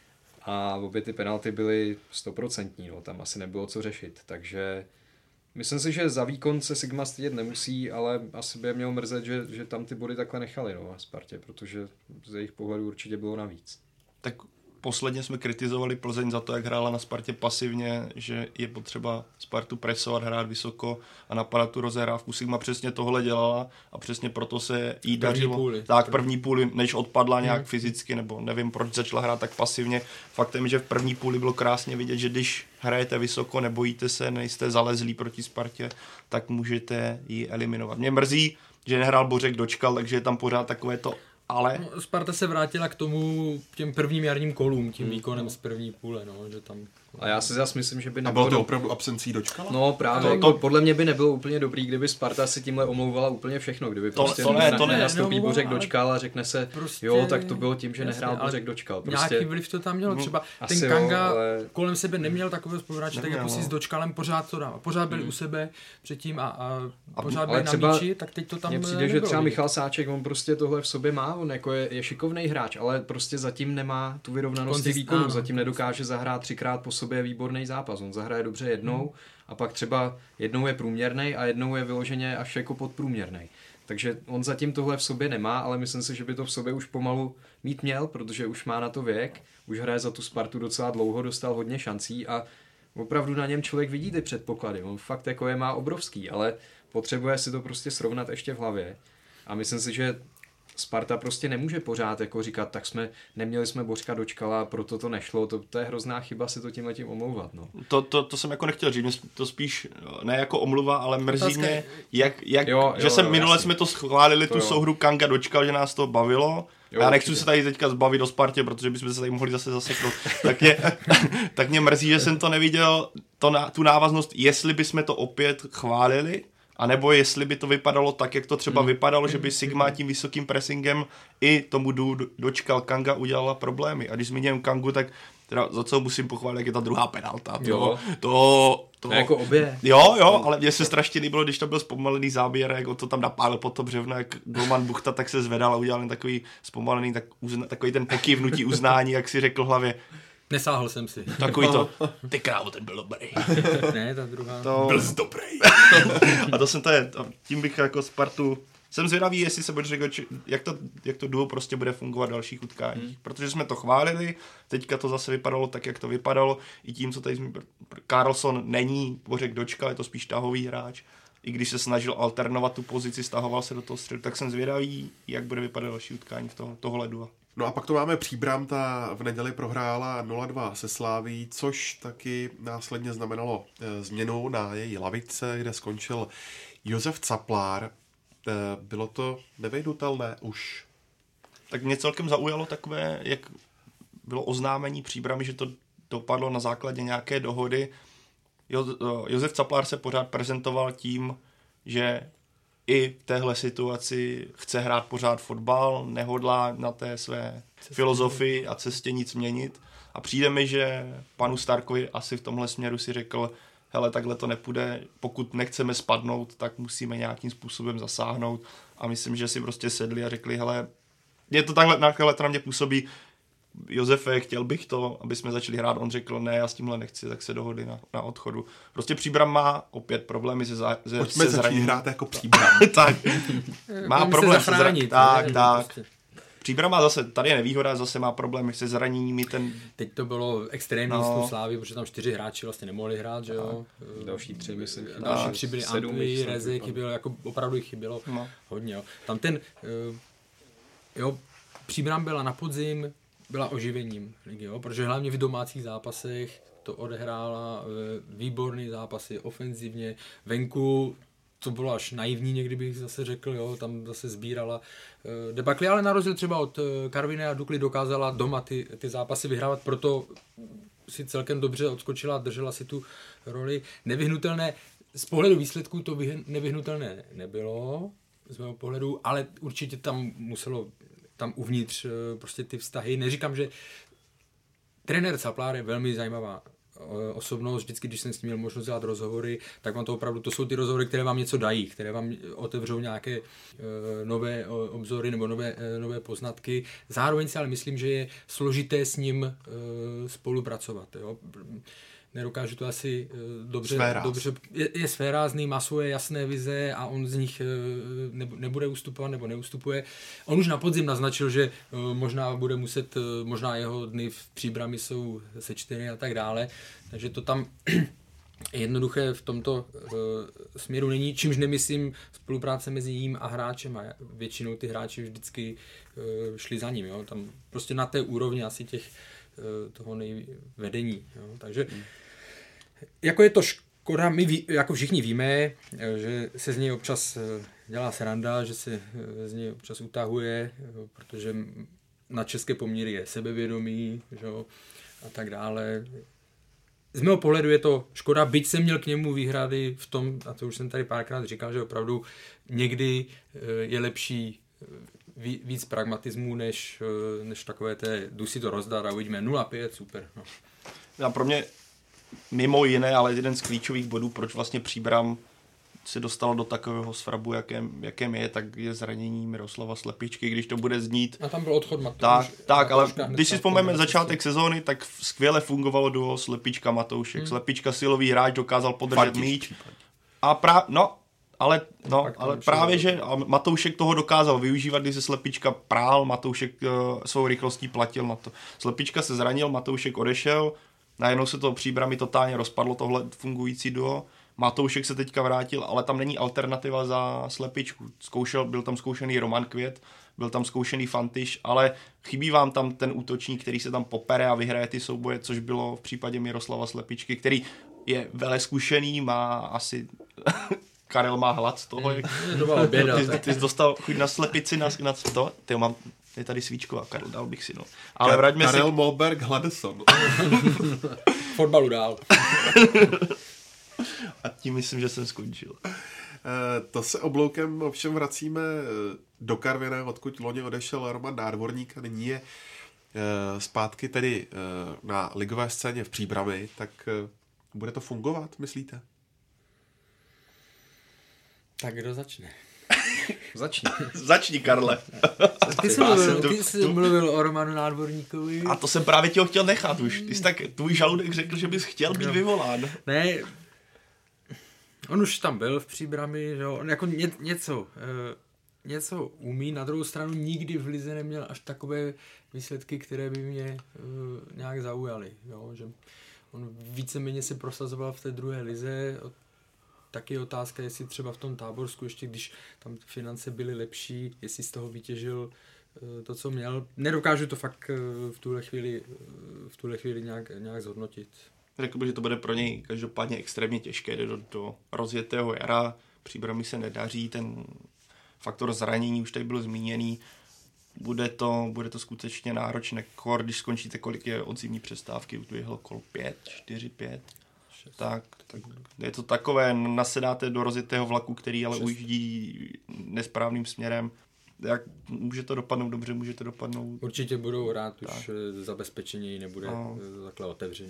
A obě ty penalty byly stoprocentní, no, tam asi nebylo co řešit. Takže myslím si, že za výkon se Sigma stydět nemusí, ale asi by je měl mrzet, že, že tam ty body takhle nechali, no, na Spartě, protože z jejich pohledu určitě bylo navíc. Tak posledně jsme kritizovali Plzeň za to, jak hrála na Spartě pasivně, že je potřeba Spartu presovat, hrát vysoko a napadat tu rozehrávku. Sigma přesně tohle dělala a přesně proto se jí dařilo. Půli. Tak první půli, než odpadla nějak hmm. fyzicky, nebo nevím, proč začala hrát tak pasivně. Faktem je, že v první půli bylo krásně vidět, že když hrajete vysoko, nebojíte se, nejste zalezlí proti Spartě, tak můžete ji eliminovat. Mě mrzí, že nehrál Bořek Dočkal, takže je tam pořád takové to ale... No, Sparta se vrátila k tomu těm prvním jarním kolům, tím výkonem z první půle, no, že tam... A já si zase myslím, že by nebylo... A bylo to opravdu absencí Dočkala? No právě, to, to... podle mě by nebylo úplně dobrý, kdyby Sparta si tímhle omlouvala úplně všechno, kdyby to, prostě to ne, to ne, nastoupí Bořek Dočkal a řekne se, prostě... jo, tak to bylo tím, že jasně, nehrál Bořek Dočkal. Prostě... Nějaký vliv to tam mělo, třeba mm, ten Kanga jo, ale... kolem sebe neměl takového spoluhráče, tak jako si s Dočkalem pořád to dával. Pořád byli mm. u sebe předtím a, a, a pořád byli na míči, tak teď to tam mně přijde, že třeba Michal Sáček, on prostě tohle v sobě má, on jako je šikovnej hráč, ale prostě zatím nemá tu vyrovnanost výkonu, zatím nedokáže zahrát třikrát po sobě výborný zápas. On zahraje dobře jednou hmm. a pak třeba jednou je průměrnej a jednou je vyloženě až jako podprůměrnej. Takže on zatím tohle v sobě nemá, ale myslím si, že by to v sobě už pomalu mít měl, protože už má na to věk, už hraje za tu Spartu docela dlouho, dostal hodně šancí a opravdu na něm člověk vidí ty předpoklady. On fakt jako je má obrovský, ale potřebuje si to prostě srovnat ještě v hlavě. A myslím si, že Sparta prostě nemůže pořád jako říkat, tak jsme neměli jsme Bořka Dočkala, proto to nešlo, to, to je hrozná chyba si to tímhletím omlouvat. No. To, to, to jsem jako nechtěl říct, to spíš ne jako omluva, ale mrzí mě, jak, jak, jo, že jo, jsem jo, minule jasný. Jsme to schválili, to tu jo. souhru Kanga Dočkal, že nás to bavilo. Jo, já nechci určitě. Se tady teďka zbavit o Spartě, protože bychom se tady mohli zase zaseknout. tak, mě, tak mě mrzí, že jsem to neviděl, to, tu návaznost, jestli bychom to opět chválili, a nebo jestli by to vypadalo tak, jak to třeba vypadalo, že by Sigma tím vysokým pressingem i tomu do, Dočkal Kanga udělala problémy. A když zmíním Kangu, tak teda za co musím pochválit, jak je ta druhá penalta. Jo. To, to, to, jako obě. Jo, jo, ale mně se strašně líbilo, když to byl zpomalený záběr, jak on to tam napálil pod to břevno, jak golman Buchta tak se zvedal a udělal jen takový zpomalený, tak uzna, takový ten pokývnutí uznání, jak si řekl v hlavě, Nesáhl jsem si. Takový to, ty krávo, ten byl dobrý. Ne, ta druhá. To... Byl jsi dobrý. A to jsem to je, tím bych jako Spartu, jsem zvědavý, jestli se bude řekl, jak to, jak to duo prostě bude fungovat v dalších utkáních. Hmm. Protože jsme to chválili, teďka to zase vypadalo tak, jak to vypadalo, i tím, co tady jsme, Karlsson není Bořek Dočkal, je to spíš tahový hráč. I když se snažil alternovat tu pozici, stahoval se do toho středu, tak jsem zvědavý, jak bude vypadat další utkání v toho, tohle dua. No a pak to máme Příbram, ta v neděli prohrála nula dva se Sláví, což taky následně znamenalo e, změnu na její lavice, kde skončil Josef Caplár. E, bylo to nevyhnutelné už. Tak mě celkem zaujalo takové, jak bylo oznámení Příbramy, že to dopadlo na základě nějaké dohody. Jo, Josef Caplár se pořád prezentoval tím, že i v téhle situaci chce hrát pořád fotbal, nehodlá na té své filozofii a cestě nic měnit. A přijde mi, že panu Starkovi asi v tomhle směru si řekl, hele, takhle to nepůjde, pokud nechceme spadnout, tak musíme nějakým způsobem zasáhnout. A myslím, že si prostě sedli a řekli, hele, je to takhle, takhle to na mě působí, Josefe, chtěl bych to, aby jsme začali hrát, on řekl, ne, já s tímhle nechci, tak se dohodli na, na odchodu. Prostě Příbram má opět problémy se, za, se, Pojďme se zraněním. hrát jako Příbram. Tak, má Mám problém se se zachránit. zraněním. Tak, ne, tak. prostě. Příbram má zase, tady je nevýhoda, zase má problémy se zraněními, ten... Teď to bylo extrémní No. s tou Slávy, protože tam čtyři hráči vlastně nemohli hrát, že jo. Další tři, myslím. Další tři byli sedm Antwi, jich snad Reze, vypadlo. chybělo, jako opravdu jich chybělo No. hodně, jo. Tam ten, uh, jo, Příbram byla na podzim, byla oživením ligy, jo, protože hlavně v domácích zápasech to odehrála uh, výborný zápasy, ofenzivně, venku, to bylo až naivní, někdy bych zase řekl, jo, tam zase sbírala uh, debakly, ale na rozdíl třeba od uh, Karviné a Dukly dokázala doma ty, ty zápasy vyhrávat, proto si celkem dobře odskočila, držela si tu roli. Nevyhnutelné, z pohledu výsledků to vyh, nevyhnutelné nebylo, z mého pohledu, ale určitě tam muselo, tam uvnitř prostě ty vztahy. Neříkám, že trenér Caplár je velmi zajímavá osobnost, vždycky, když jsem s ním měl možnost dělat rozhovory, tak vám to opravdu, to jsou ty rozhovory, které vám něco dají, které vám otevřou nějaké uh, nové uh, obzory nebo nové, uh, nové poznatky. Zároveň si ale myslím, že je složité s ním uh, spolupracovat. Jo? Nedokážu to asi uh, dobře, dobře je, je svérázný, má svoje jasné vize a on z nich uh, ne, nebude ustupovat nebo neustupuje. On už na podzim naznačil, že uh, možná bude muset, uh, možná jeho dny v Příbrami jsou sečteny a tak dále, takže to tam jednoduché v tomto uh, směru není, čímž nemyslím spolupráce mezi ním a hráčem a většinou ty hráči vždycky uh, šli za ním, jo? Tam prostě na té úrovni asi těch uh, toho nejvedení, jo? Takže hmm. jako je to škoda, my ví, jako všichni víme, že se z něj občas dělá sranda, že se z něj občas utahuje, protože na české poměry je sebevědomý, že jo, a tak dále. Z mého pohledu je to škoda, byť jsem měl k němu výhrady v tom, a to už jsem tady párkrát říkal, že opravdu někdy je lepší víc pragmatismu, než, než takové té, jdu si to rozdat a uvidíme nula pět, super. No. A pro mě mimo jiné, ale jeden z klíčových bodů, proč vlastně Příbram se dostal do takového svrabu, jakém, jakém je, tak je zranění Miroslava Slepičky, když to bude znít. A tam byl odchod Matouš. Tak, tak ale když si vzpomeneme začátek sezóny, tak skvěle fungovalo duo Slepička Matoušek. Hmm. Slepička silový hráč, dokázal podržet míč. A pra, no, ale, no, ale právě, že Matoušek toho dokázal využívat, když se Slepička prál, Matoušek uh, svou rychlostí platil na to. Slepička se zranil, Matoušek odešel, najednou se to Příbrami totálně rozpadlo, tohle fungující duo. Matoušek se teďka vrátil, ale tam není alternativa za Slepičku. Zkoušel, byl tam zkoušený Roman Květ, byl tam zkoušený Fantyš, ale chybí vám tam ten útočník, který se tam popere a vyhraje ty souboje, což bylo v případě Miroslava Slepičky, který je veleskušený, má asi... Karel má hlad z toho, jak... To byla oběda. Ty, ty jsi dostal chuť na slepici, na, na to? Ty mám... Je tady svíčková, Karel, dal bych si, no. Ale vraťme si... Karel Molberg Hladesson. Fotbalu dál. A tím myslím, že jsem skončil. E, to se obloukem ovšem vracíme do Karviné, odkud loni odešel Roman Nádvorník a nyní je e, zpátky tedy e, na ligové scéně v Příbrami, tak e, bude to fungovat, myslíte? Tak kdo začne? Začni. Začni, Karle. Ty jsi mluvil, ty jsi mluvil o Romanu Nádvorníkovi. A to jsem právě tě ho chtěl nechat už. Ty jsi tak, tvůj žaludek řekl, že bys chtěl být vyvolán. Ne, on už tam byl v Příbrami, že jo, on jako ně, něco, uh, něco umí, na druhou stranu nikdy v lize neměl až takové výsledky, které by mě uh, nějak zaujaly, jo, že on víceméně se prosazoval v té druhé lize. Taky je otázka, jestli třeba v tom Táborsku, ještě když tam finance byly lepší, jestli z toho vytěžil to, co měl. Nedokážu to fakt v tuhle chvíli, v tuhle chvíli nějak, nějak zhodnotit. Řekl bych, že to bude pro něj každopádně extrémně těžké, jde do, do rozjetého jara, Příbrami se nedaří, ten faktor zranění už tady byl zmíněný, bude to, bude to skutečně náročné, kor, když skončíte, kolik je od zimní přestávky, uběhlo kol pět, čtyři, pět, tak, tak je to takové, nasedáte do rozjetého vlaku, který ale ujíždí nesprávným směrem. Jak může to dopadnout dobře, může to dopadnout. Určitě budou rád, tak. Už zabezpečení nebude no. takhle otevřený.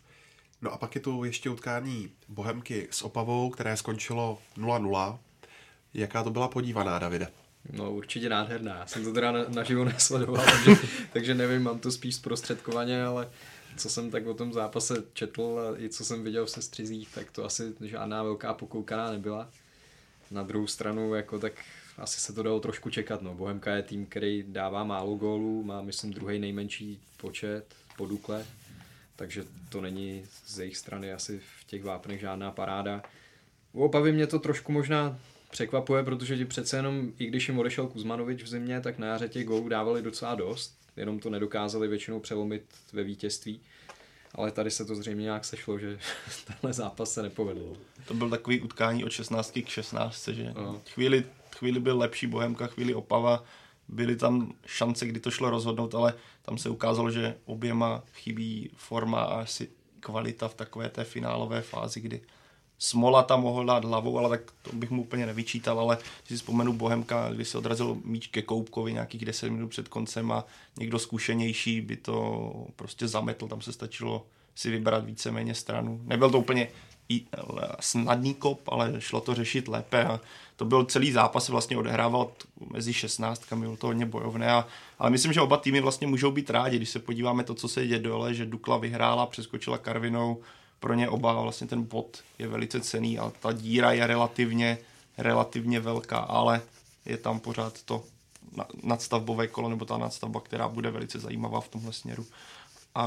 No a pak je tu ještě utkání Bohemky s Opavou, které skončilo nula nula. Jaká to byla podívaná, Davide? No určitě nádherná. Já jsem to teda naživo nesledoval, takže, takže nevím, mám to spíš zprostředkovaně, ale co jsem tak o tom zápase četl a i co jsem viděl v sestřizích, tak to asi žádná velká pokoukaná nebyla. Na druhou stranu, jako tak asi se to dalo trošku čekat. No. Bohemka je tým, který dává málo gólů, má myslím druhý nejmenší počet po Dukle, takže to není z jejich strany asi v těch vápnech žádná paráda. U Opavy mě to trošku možná překvapuje, protože ti přece jenom, i když jim odešel Kuzmanovič v zimě, tak na jaře těch gólů dávali docela dost, jenom to nedokázali většinou přelomit ve vítězství. Ale tady se to zřejmě nějak sešlo, že tenhle zápas se nepovedl. To byl takový utkání od šestnáctky k šestnáctce, že no. chvíli, chvíli byl lepší Bohemka, chvíli Opava, byly tam šance, kdy to šlo rozhodnout, ale tam se ukázalo, že oběma chybí forma a asi kvalita v takové té finálové fázi, kdy Smola tam mohl dát hlavou, ale tak to bych mu úplně nevyčítal, ale když si vzpomenu Bohemka, když se odrazil míč ke Koupkovi nějakých deset minut před koncem a někdo zkušenější by to prostě zametl, tam se stačilo si vybrat víceméně stranu. Nebyl to úplně i snadný kop, ale šlo to řešit lépe a to byl celý zápas, vlastně odehrával mezi šestnáctkami, bylo to hodně bojovné, a, ale myslím, že oba týmy vlastně můžou být rádi, když se podíváme to, co se děje dole, že Dukla vyhrála, přeskočila Karvinou, pro ně oba vlastně ten bod je velice cenný a ta díra je relativně, relativně velká, ale je tam pořád to nadstavbové kolo, nebo ta nadstavba, která bude velice zajímavá v tomhle směru. A,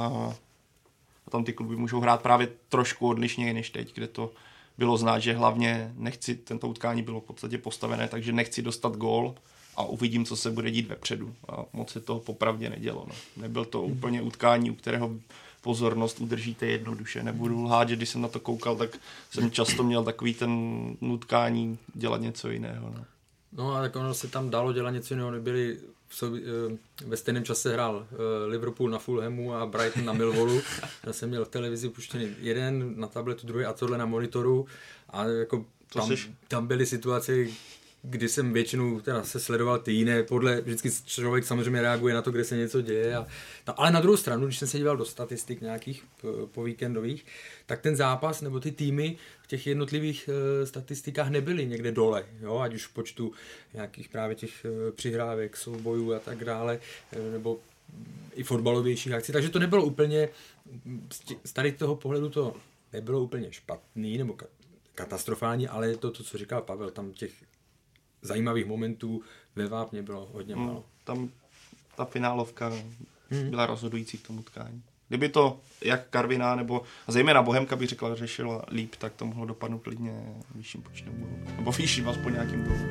a tam ty kluby můžou hrát právě trošku odlišněji než teď, kde to bylo znát, že hlavně nechci, tento utkání bylo v podstatě postavené, takže nechci dostat gól a uvidím, co se bude dít vepředu. A moc se toho popravdě nedělo. No. Nebyl to úplně utkání, u kterého pozornost udržíte jednoduše. Nebudu lhát, že když jsem na to koukal, tak jsem často měl takový ten nutkání dělat něco jiného. No, no a tak ono se tam dalo dělat něco jiného. Nebyli v sobě, ve stejném čase hrál Liverpool na Fulhamu a Brighton na Millwallu. Já jsem měl v televizi puštěný jeden na tabletu, druhý a tohle na monitoru. A jako tam, tam byly situace, kdy jsem většinou teda se sledoval ty jiné, podle, vždycky člověk samozřejmě reaguje na to, kde se něco děje. A, ta, ale na druhou stranu, když jsem se díval do statistik nějakých po, po víkendových, tak ten zápas nebo ty týmy v těch jednotlivých e, statistikách nebyly někde dole, jo? Ať už v počtu nějakých právě těch e, přihrávek, soubojů a tak dále, e, nebo i fotbalovějších akcí. Takže to nebylo úplně, z tady toho pohledu to nebylo úplně špatný nebo ka, katastrofální, ale je to to, co říkal Pavel, tam těch zajímavých momentů ve Vápně bylo hodně málo. Hmm, tam ta finálovka hmm. byla rozhodující k tomu utkání. Kdyby to jak Karviná nebo a zejména Bohemka bych řekla, řešila líp, tak to mohlo dopadnout klidně vyšším počtem bodů. Nebo vyšším aspoň nějakým bodům.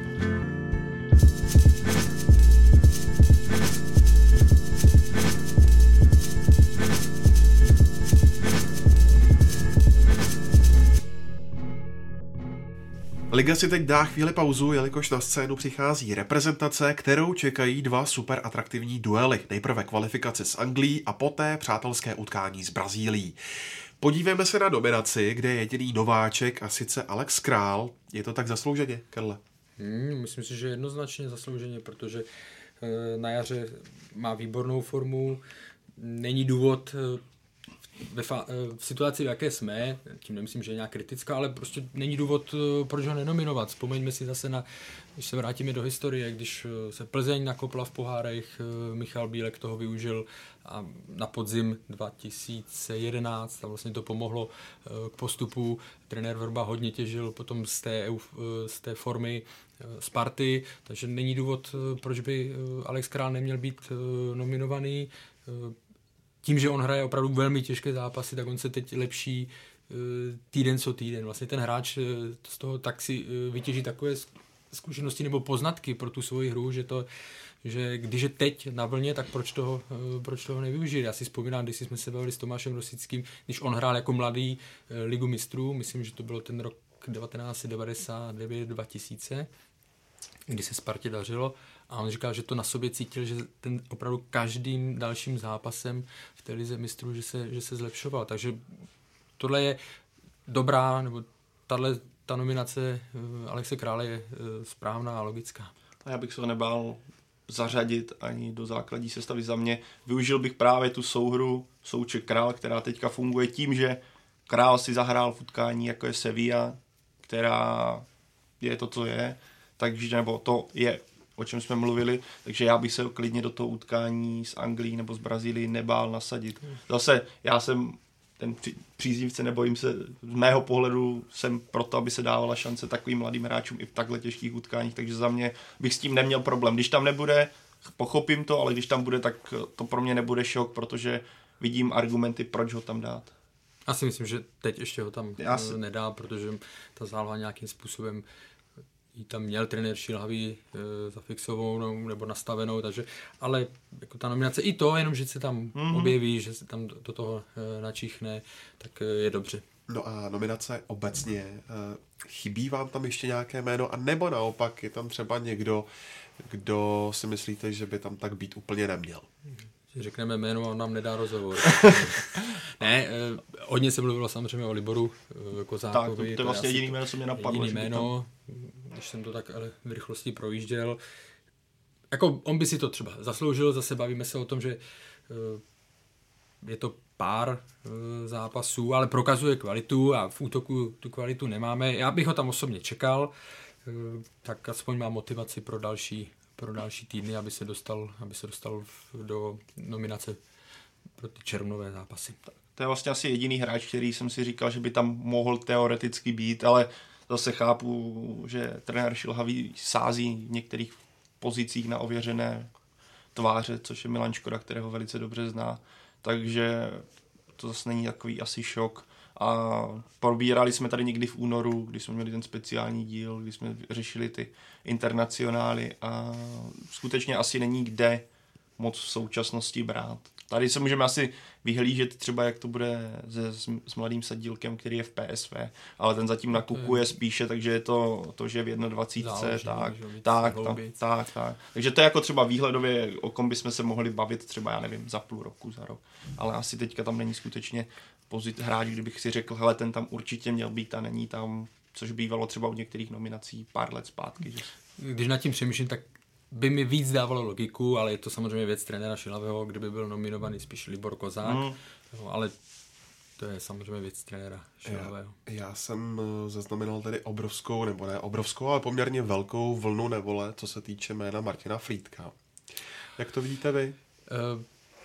Liga si teď dá chvíli pauzu, jelikož na scénu přichází reprezentace, kterou čekají dva super atraktivní duely. Nejprve kvalifikace s Anglií a poté přátelské utkání s Brazílií. Podívejme se na dominaci, kde je jediný nováček a sice Alex Král. Je to tak zaslouženě, Karle? Hmm, myslím si, že jednoznačně zaslouženě, protože e, na jaře má výbornou formu, není důvod e, ve fa- v situaci, v jaké jsme, tím nemyslím, že je nějak kritická, ale prostě není důvod, proč ho nenominovat. Vzpomeňme si zase na, když se vrátíme do historie, když se Plzeň nakopla v pohárech, Michal Bílek toho využil a na podzim dva tisíce jedenáct tam vlastně to pomohlo k postupu. Trenér Vrba hodně těžil potom z té, z té formy Sparty, takže není důvod, proč by Alex Král neměl být nominovaný. Tím, že on hraje opravdu velmi těžké zápasy, tak on se teď lepší týden co týden. Vlastně ten hráč z toho tak si vytěží takové zkušenosti nebo poznatky pro tu svoji hru, že to, že když je teď na vlně, tak proč toho, proč toho nevyužít? Já si vzpomínám, když jsme se bavili s Tomášem Rosickým, když on hrál jako mladý Ligu mistrů, myslím, že to bylo ten rok devatenáct devadesát devět dva tisíce, kdy se Spartě dařilo, a on říkal, že to na sobě cítil, že ten opravdu každým dalším zápasem v té lize mistrů, že se, že se zlepšoval. Takže tohle je dobrá, nebo tahle, ta nominace Alexe Krále je správná a logická. A já bych se ho nebál zařadit ani do základní sestavy za mě. Využil bych právě tu souhru Souček Král, která teďka funguje tím, že Král si zahrál v utkání, jako je Sevilla, která je to, co je, takže nebo to je, o čem jsme mluvili, takže já bych se klidně do toho utkání s Anglií nebo s Brazílií nebál nasadit. Zase já jsem ten příznivce, nebojím se, z mého pohledu jsem proto, aby se dávala šance takovým mladým hráčům i v takhle těžkých utkáních, takže za mě bych s tím neměl problém. Když tam nebude, pochopím to, ale když tam bude, tak to pro mě nebude šok, protože vidím argumenty, proč ho tam dát. Já si myslím, že teď ještě ho tam Já si... nedá, protože ta záloha nějakým způsobem ji tam měl trenér Šilhavý e, zafixovanou nebo nastavenou, takže, ale jako ta nominace i to, jenom že se tam mm-hmm. objeví, že se tam do, do toho e, načichne, tak e, je dobře. No a nominace obecně, e, chybí vám tam ještě nějaké jméno, a nebo naopak je tam třeba někdo, kdo si myslíte, že by tam tak být úplně neměl? Řekneme jméno a on nám nedá rozhovor. Ne, eh, hodně se mluvilo samozřejmě o Liboru eh, Kozákovi. Tak, to, to je vlastně jediný jméno, co mě napadlo. Jediný jméno, tam... když jsem to tak ale v rychlosti projížděl. Jako on by si to třeba zasloužil, zase bavíme se o tom, že eh, je to pár eh, zápasů, ale prokazuje kvalitu a v útoku tu kvalitu nemáme. Já bych ho tam osobně čekal, eh, tak aspoň mám motivaci pro další pro další týdny, aby se dostal, aby se dostal v, do nominace pro ty červnové zápasy. To je vlastně asi jediný hráč, který jsem si říkal, že by tam mohl teoreticky být, ale zase chápu, že trenér Šilhavý sází v některých pozicích na ověřené tváře, což je Milan Škoda, kterého velice dobře zná, takže to zase není takový asi šok. A probírali jsme tady někdy v únoru, kdy jsme měli ten speciální díl, kdy jsme řešili ty internacionály a skutečně asi není kde moc v současnosti brát. Tady se můžeme asi vyhlížet třeba, jak to bude se, s, s mladým Sadílkem, který je v P S V, ale ten zatím nakukuje spíše, takže je to, to že v jednadvacítce, tak, tak, tak, tak, tak. Takže to je jako třeba výhledově, o kom bychom se mohli bavit třeba, já nevím, za půl roku, za rok. Ale asi teďka tam není skutečně pozit hráč, kdybych si řekl, hele, ten tam určitě měl být a není tam, což bývalo třeba u některých nominací pár let zpátky. Že? Když nad tím přemýšlím, tak by mi víc dávalo logiku, ale je to samozřejmě věc trenéra Šilhavého, kdyby byl nominovaný spíš Libor Kozák, mm. no, ale to je samozřejmě věc trenéra Šilhavého. Já, já jsem zaznamenal tady obrovskou, nebo ne obrovskou, ale poměrně velkou vlnu nevole, co se týče jména Martina Frýdka. Jak to vidíte vy? Uh,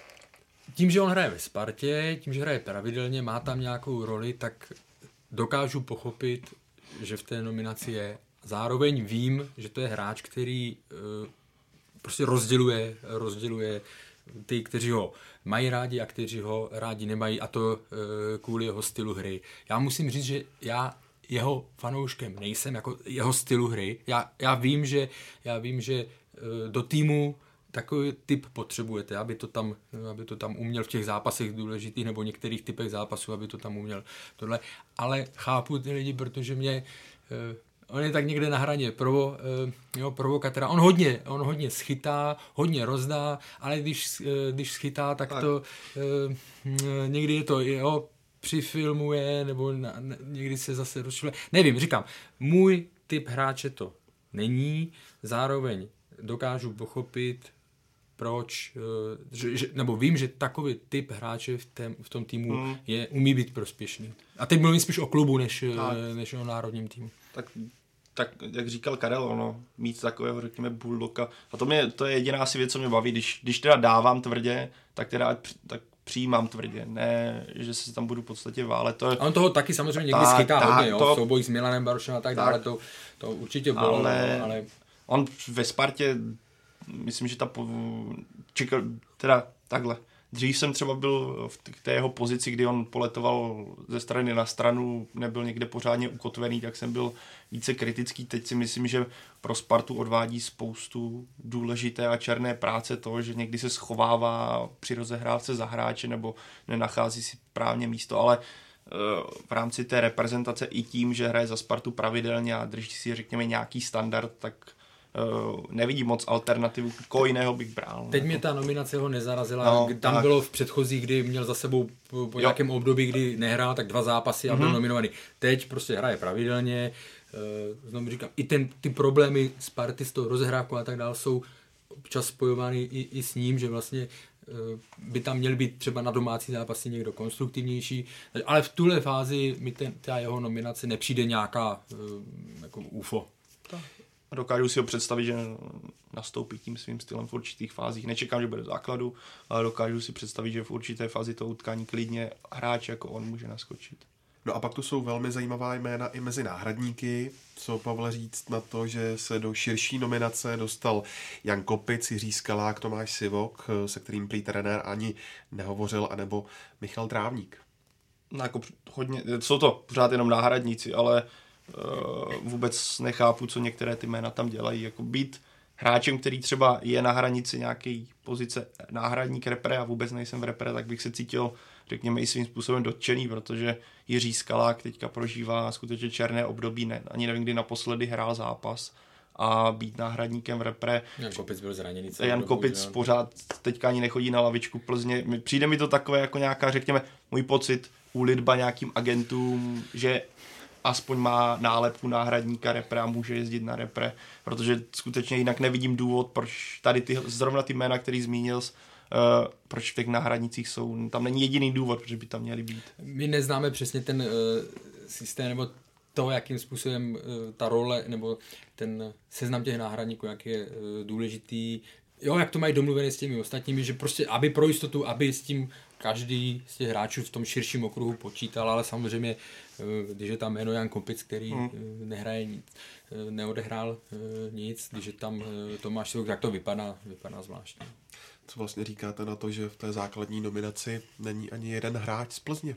Tím, že on hraje ve Spartě, tím, že hraje pravidelně, má tam nějakou roli, tak dokážu pochopit, že v té nominaci je. Zároveň vím, že to je hráč, který uh, prostě rozděluje, rozděluje ty, kteří ho mají rádi a kteří ho rádi nemají, a to uh, kvůli jeho stylu hry. Já musím říct, že já jeho fanouškem nejsem, jako jeho stylu hry. Já, já vím, že, já vím, že uh, do týmu takový typ potřebujete, aby to tam, aby to tam uměl v těch zápasech důležitých nebo některých typech zápasů, aby to tam uměl tohle. Ale chápu ty lidi, protože mě uh, on je tak někde na hraně provo, uh, jo, provokatora. On hodně, on hodně schytá, hodně rozdá, ale když, uh, když schytá, tak, tak. to uh, někdy je to, jo, přifilmuje, nebo na, ne, někdy se zase rozšle. Nevím, říkám, můj typ hráče to není, zároveň dokážu pochopit, proč, že, že, nebo vím, že takový typ hráče v, tém, v tom týmu hmm. je, umí být prospěšný. A teď mluvím spíš o klubu, než, než o národním týmu. Tak, tak jak říkal Karel, ono, mít takového, řekněme, bulldoga. A to, mě, to je jediná asi věc, co mě baví. Když, když teda dávám tvrdě, tak teda tak přijímám tvrdě, ne, že se tam budu v podstatě válet. To je, a on toho taky samozřejmě někdy tak, schytá tak, hodně, jo, to, v souboji s Milanem Barošem a tak, tak dále, to, to určitě bylo, ale, ale... On ve Spartě, myslím, že ta, po, čekal, teda takhle, dřív jsem třeba byl v té jeho pozici, kdy on poletoval ze strany na stranu, nebyl někde pořádně ukotvený, tak jsem byl více kritický. Teď si myslím, že pro Spartu odvádí spoustu důležité a černé práce to, že někdy se schovává při rozehrávce za hráče nebo nenachází si právně místo, ale v rámci té reprezentace i tím, že hraje za Spartu pravidelně a drží si, řekněme, nějaký standard, tak Uh, nevidím moc alternativu, koho jiného bych bral. Teď mě ta nominace ho nezarazila, no, tam tak. Bylo v předchozích, kdy měl za sebou po, po nějakém období, kdy nehrál, tak dva zápasy a byl mm-hmm. nominovaný. Teď prostě hraje pravidelně, uh, znovu říkám, i ten, ty problémy Sparty s tou rozehrávkou a tak dále jsou občas spojovány i, i s ním, že vlastně uh, by tam měl být třeba na domácí zápasy někdo konstruktivnější, ale v tuhle fázi mi ten, ta jeho nominace nepřijde nějaká uh, jako U F O. Tak. Dokážu si ho představit, že nastoupí tím svým stylem v určitých fázích. Nečekám, že bude v základu, ale dokážu si představit, že v určité fázi toho utkání klidně hráč jako on může naskočit. No a pak tu jsou velmi zajímavá jména i mezi náhradníky. Co, Pavle, říct na to, že se do širší nominace dostal Jan Kopic, Jiří Skalák, Tomáš Sivok, se kterým prý trenér ani nehovořil, anebo Michal Trávník. No jako hodně, jsou to pořád jenom náhradníci, ale Uh, vůbec nechápu, co některé ty jména tam dělají. Jako být hráčem, který třeba je na hranici nějaké pozice náhradník repre a vůbec nejsem v repre, tak bych se cítil, řekněme, i svým způsobem dotčený, protože Jiří Skalák teďka prožívá skutečně černé období, ne, ani nevím, kdy naposledy hrál zápas a být náhradníkem v repre. Jan Kopic byl zraněný. Jan Kopic pořád teďka ani nechodí na lavičku Plzně. Přijde mi to takové jako nějaká, řekněme, můj pocit, úlitba nějakým agentům, že aspoň má nálepku náhradníka repre a může jezdit na repre, protože skutečně jinak nevidím důvod, proč tady ty, zrovna ty jména, který zmínil, uh, proč v těch náhradnicích jsou. Tam není jediný důvod, proč by tam měli být. My neznáme přesně ten uh, systém, nebo to, jakým způsobem uh, ta role, nebo ten seznam těch náhradníků, jak je uh, důležitý. Jo, jak to mají domluvené s těmi ostatními, že prostě, aby pro jistotu, aby s tím každý z těch hráčů v tom širším okruhu počítal, ale samozřejmě, když je tam jméno Jan Kopic, který hmm. nehraje nic, neodehrál nic, když je tam Tomáš Sivok, tak to vypadá, vypadá zvláštně. Co vlastně říkáte na to, že v té základní nominaci není ani jeden hráč z Plzně?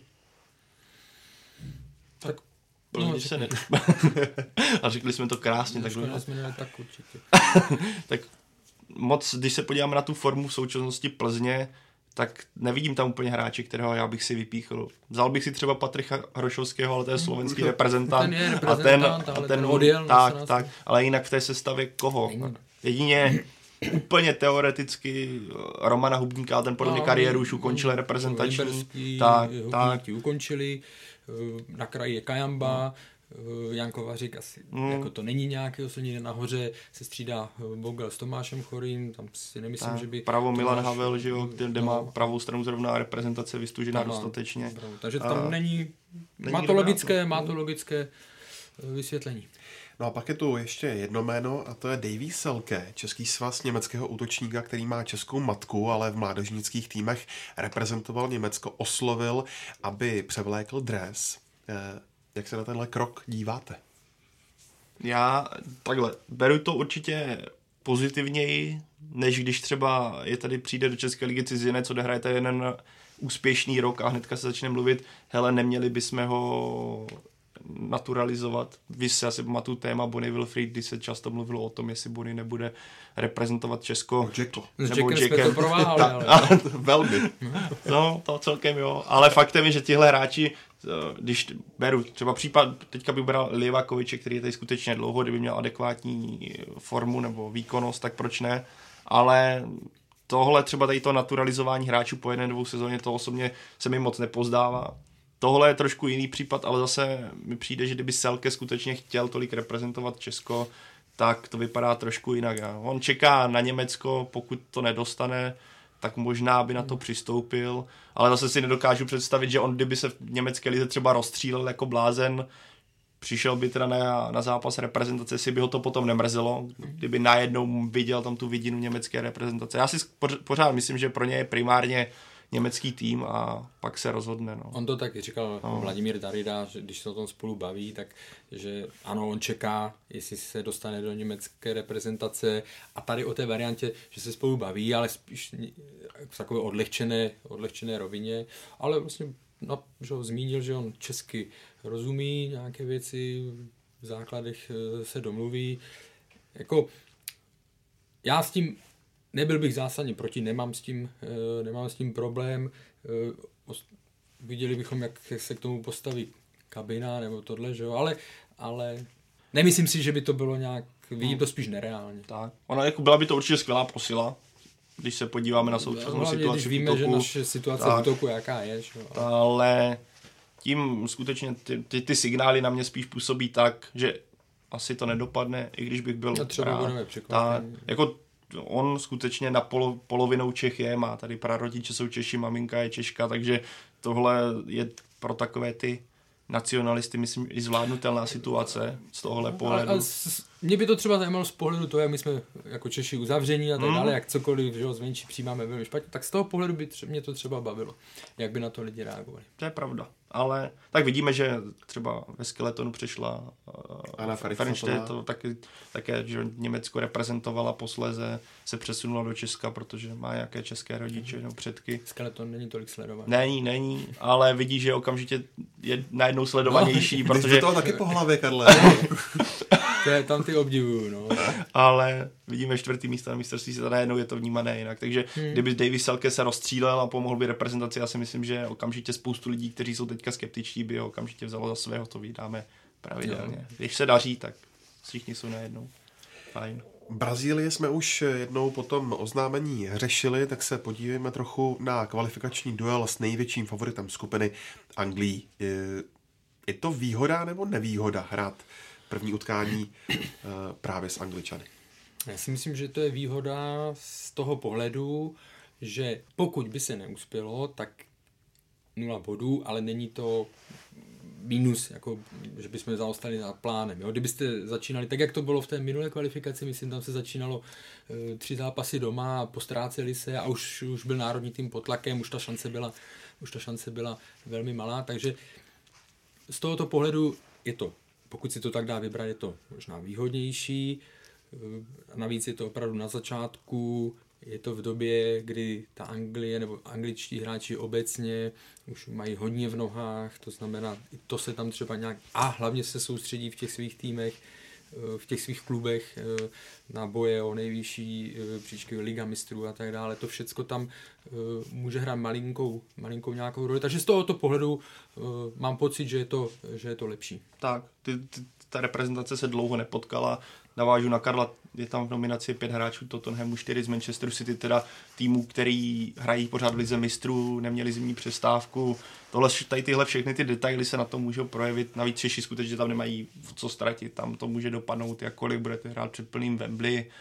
Tak Plzně no, se ne... A řekli jsme to krásně. Tak, jsme tak určitě. Tak moc, když se podíváme na tu formu v současnosti Plzně, tak nevidím tam úplně hráče, kterého já bych si vypíchl. Vzal bych si třeba Patrika Hrošovského, ale to je slovenský mm, reprezentant. Ten je reprezentant, a ten, ale a ten, ten odjel. Tak, tak, ale jinak v té sestavě koho? Jedině úplně teoreticky Romana Hubníka, ale ten podle mě no, kariéru už ukončil reprezentační. Liberský, tak, tak. ukončili, na kraji je Kajamba, Jan Kovařík asi mm. jako to není nějaký osobní, nahoře se střídá Bogel s Tomášem Chorým, tam si nemyslím, tak, že by... Pravo Tomáš, Milan Havel, že jo, kde, kde no, má pravou stranu zrovna reprezentace vystužená tam, dostatečně. Bravo, takže tam a, není, není má to logické, to. má to logické vysvětlení. No a pak je tu ještě jedno jméno a to je Davy Selke, český svaz německého útočníka, který má českou matku, ale v mládežnických týmech reprezentoval Německo, oslovil, aby převlékl dres. Jak se na tenhle krok díváte? Já takhle, beru to určitě pozitivněji, než když třeba je tady přijde do České ligy cizinec, odehraje jeden úspěšný rok a hnedka se začne mluvit, hele, neměli bychom ho naturalizovat. Vy si asi pamatuju téma Bonny Wilfried, kdy se často mluvilo o tom, jestli Bonny nebude reprezentovat Česko. Jacko. S Jackem jsme to prováhali. Ale... Velmi. No, to celkem jo. Ale faktem je, že tihle hráči, když beru třeba případ, teďka bych bral Livakoviče, který je tady skutečně dlouho, kdyby měl adekvátní formu nebo výkonnost, tak proč ne? Ale tohle třeba tady to naturalizování hráčů po jedné, dvou sezóně, to osobně se mi moc nepozdává. Tohle je trošku jiný případ, ale zase mi přijde, že kdyby Selke skutečně chtěl tolik reprezentovat Česko, tak to vypadá trošku jinak. Jo. On čeká na Německo, pokud to nedostane, tak možná by na to přistoupil, ale zase si nedokážu představit, že on, kdyby se v německé lize třeba rozstřílel jako blázen, přišel by teda na, na zápas reprezentace, si by ho to potom nemrzelo, kdyby najednou viděl tam tu vidinu německé reprezentace. Já si pořád myslím, že pro ně je primárně německý tým a pak se rozhodne. No. On to taky říkal no. Vladimír Darida, že když se o tom spolu baví, tak že ano, on čeká, jestli se dostane do německé reprezentace a tady o té variantě, že se spolu baví, ale spíš v takové odlehčené, odlehčené rovině, ale vlastně no, že ho zmínil, že on česky rozumí nějaké věci, v základech se domluví. Jako, já s tím nebyl bych zásadně proti, nemám s tím, nemám s tím problém. Viděli bychom, jak se k tomu postaví kabina nebo tohle, že jo, ale, ale nemyslím si, že by to bylo nějak, vidím to spíš nereálně. Tak, ona jako byla by to určitě skvělá posila, když se podíváme na současnou hlavně, situaci když víme, v útoku, že naše situace tak, v útoku jaká je. Že? Ale tím skutečně ty, ty, ty signály na mě spíš působí tak, že asi to nedopadne, i když bych byl no, třeba rád. budeme překvapení. Tak, jako on skutečně na polo, polovinou Čech je, má tady prarodiče jsou Češi, maminka je Češka, takže tohle je pro takové ty nacionalisty, myslím, i zvládnutelná situace z tohohle pohledu. A, a s, mě by to třeba zajímalo z pohledu toho, jak my jsme jako Češi uzavření a tak dále, mm. jak cokoliv, že ho zvenčí přijímáme velmi špatně, tak z toho pohledu by tře- mě to třeba bavilo, jak by na to lidi reagovali. To je pravda, ale tak vidíme, že třeba ve Skeletonu přišla Anna Fernstedt, to taky, také, že Německo reprezentovala, posléze se přesunula do Česka, protože má nějaké české rodiče nebo předky. Skeleton není tolik sledovaný. Není, není, ale vidí, že okamžitě je najednou sledovanější, no, protože... Ty to taky po hlavě, Karle. To je, tam ty obdivuju, no. Ale vidíme čtvrtý místo na mistrovství světa, najednou je to vnímané jinak. Takže hmm. kdyby Davy Selke se rozstřílel a pomohl by reprezentaci, já si myslím, že okamžitě spoustu lidí, kteří jsou teďka skeptičtí, by ho okamžitě vzalo za svého, to vydáme pravidelně. No. Když se daří, tak všichni jsou najednou. Fajn. Brazílii jsme už jednou po tom oznámení řešili, tak se podívejme trochu na kvalifikační duel s největším favoritem skupiny Anglií. Je, je to výhoda nebo nevýhoda hrát první utkání uh, právě s Angličany? Já si myslím, že to je výhoda z toho pohledu, že pokud by se neuspělo, tak nula bodů, ale není to mínus, jako, že bychom zaostali nad plánem. Jo? Kdybyste začínali tak, jak to bylo v té minulé kvalifikaci, myslím, tam se začínalo e, tři zápasy doma a postráceli se a už, už byl národní tým pod tlakem, už ta šance byla, už ta šance byla velmi malá, takže z tohoto pohledu je to, pokud si to tak dá vybrat, je to možná výhodnější. Navíc je to opravdu na začátku, je to v době, kdy ta Anglie nebo angličtí hráči obecně už mají hodně v nohách, to znamená, i to se tam třeba nějak, a hlavně se soustředí v těch svých týmech, v těch svých klubech na boje o nejvyšší příčky Liga mistrů a tak dále. To všecko tam může hrát malinkou, malinkou nějakou roli. Takže z tohoto pohledu mám pocit, že je to, že je to lepší. Tak, ty, ty, ta reprezentace se dlouho nepotkala. Navážu na Karla, je tam v nominaci pět hráčů Tottenhamu, čtyři z Manchesteru City, teda týmů, který hrají pořád v lize mistrů, neměli zimní přestávku. Tohle, tady tyhle všechny ty detaily se na to můžou projevit. Navíc Češi skutečně tam nemají co ztratit, tam to může dopadnout, jakkoliv budete hrát před plným Wembley. E,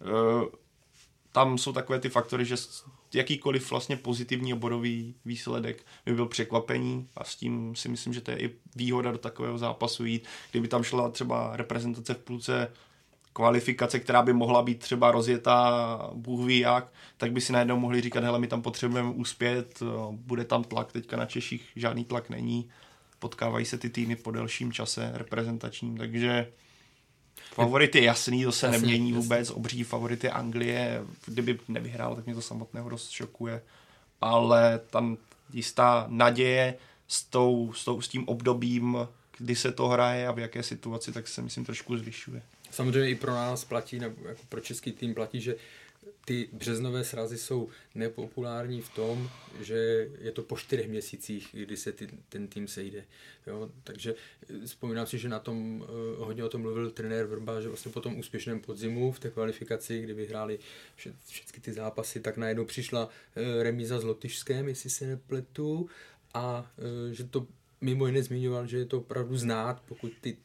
tam jsou takové ty faktory, že jakýkoliv vlastně pozitivní bodový výsledek by byl překvapení a s tím si myslím, že to je i výhoda do takového zápasu jít. Kdyby tam šla třeba reprezentace v půlce kvalifikace, která by mohla být třeba rozjetá Bůh ví jak, tak by si najednou mohli říkat, hele, my tam potřebujeme uspět, bude tam tlak, teďka na Češích žádný tlak není, potkávají se ty týmy po delším čase reprezentačním, takže favorit je jasný, to se jasný, nemění jasný. Vůbec, obří favorit je Anglie, kdyby nevyhrál, tak mě to samotného dost šokuje, ale tam jistá naděje s, tou, s, tou, s tím obdobím, kdy se to hraje a v jaké situaci, tak se myslím trošku zvyšuje. Samozřejmě i pro nás platí, nebo jako pro český tým platí, že ty březnové srazy jsou nepopulární v tom, že je to po čtyřech měsících, kdy se ty, ten tým sejde. Jo? Takže vzpomínám si, že na tom uh, hodně o tom mluvil trenér Vrba, že vlastně po tom úspěšném podzimu v té kvalifikaci, kdy vyhráli vše, všechny ty zápasy, tak najednou přišla uh, remíza s Lotyšskem, jestli se nepletu, a uh, že to mimo jiné zmiňoval, že je to opravdu znát, pokud ty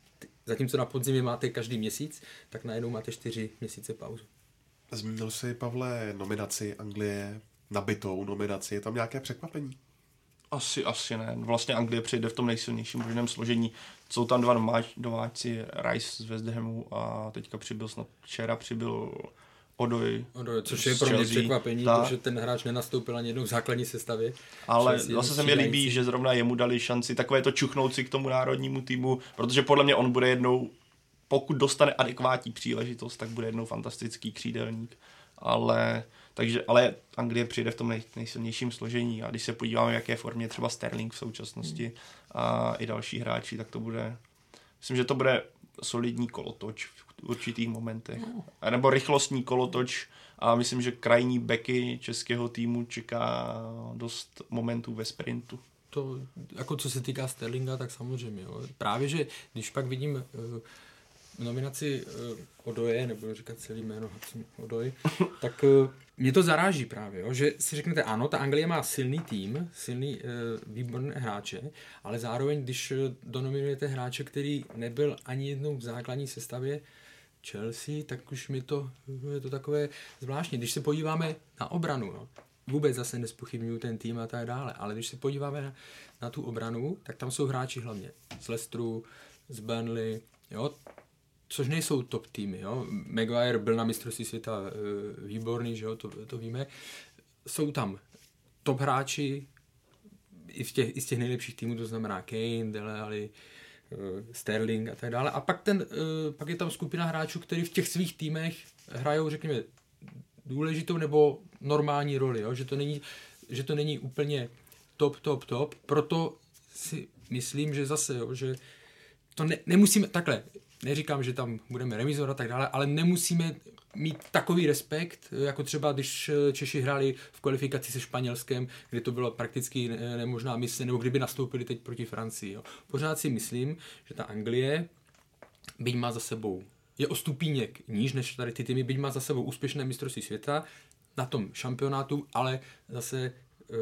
Zatímco na podzimě máte každý měsíc, tak najednou máte čtyři měsíce pauzu. Zmínil jsi, Pavle, nominaci Anglie, nabitou nominaci. Je tam nějaké překvapení? Asi, asi ne. Vlastně Anglie přijde v tom nejsilnějším možném složení. Jsou tam dva nováčci, Rice z West Hamu a teďka přibyl snad včera přibyl Odoi. Odoi, což je pro mě překvapení, protože ten hráč nenastoupil ani jednou v základní sestavě. Ale zase se mi líbí, že zrovna jemu dali šanci takové to čuchnout si k tomu národnímu týmu, protože podle mě on bude jednou, pokud dostane adekvátní příležitost, tak bude jednou fantastický křídelník. Ale, takže, ale Anglie přijde v tom nej, nejsilnějším složení a když se podíváme, v jaké formě třeba Sterling v současnosti a i další hráči, tak to bude, myslím, že to bude solidní kolotoč v určitých momentech. A nebo rychlostní kolotoč a myslím, že krajní beky českého týmu čeká dost momentů ve sprintu. To, jako co se týká Sterlinga, tak samozřejmě. Jo. Právě, že když pak vidím uh, nominaci uh, Odoje, nebo říkat celý jméno Odoj, tak uh, mě to zaráží právě, jo, že si řeknete, ano, ta Anglie má silný tým, silný, uh, výborné hráče, ale zároveň, když uh, donominujete hráče, který nebyl ani jednou v základní sestavě Chelsea, tak už mi to, je to takové zvláštní. Když se podíváme na obranu, jo, vůbec zase nespochybňuju ten tým a tak dále, ale když se podíváme na, na tu obranu, tak tam jsou hráči hlavně z Leicesteru, z Burnley, jo, což nejsou top týmy, jo. Maguire byl na mistrovství světa e, výborný, že jo, to, to víme. Jsou tam top hráči i, v těch, i z těch nejlepších týmů, to znamená Kane, Dele Alli, e, Sterling a tak dále. A pak, ten, e, pak je tam skupina hráčů, kteří v těch svých týmech hrajou, řekněme, důležitou nebo normální roli, jo? Že, to není, že to není úplně top, top, top, proto si myslím, že zase, jo, že to ne, nemusíme, takhle, neříkám, že tam budeme remizovat a tak dále, ale nemusíme mít takový respekt, jako třeba když Češi hráli v kvalifikaci se Španělskem, kde to bylo prakticky nemožná mise, nebo kdyby nastoupili teď proti Francii. Jo? Pořád si myslím, že ta Anglie, byť má za sebou, je o stupíněk níž než tady ty týmy, byť má za sebou úspěšné mistrovství světa na tom šampionátu, ale zase e,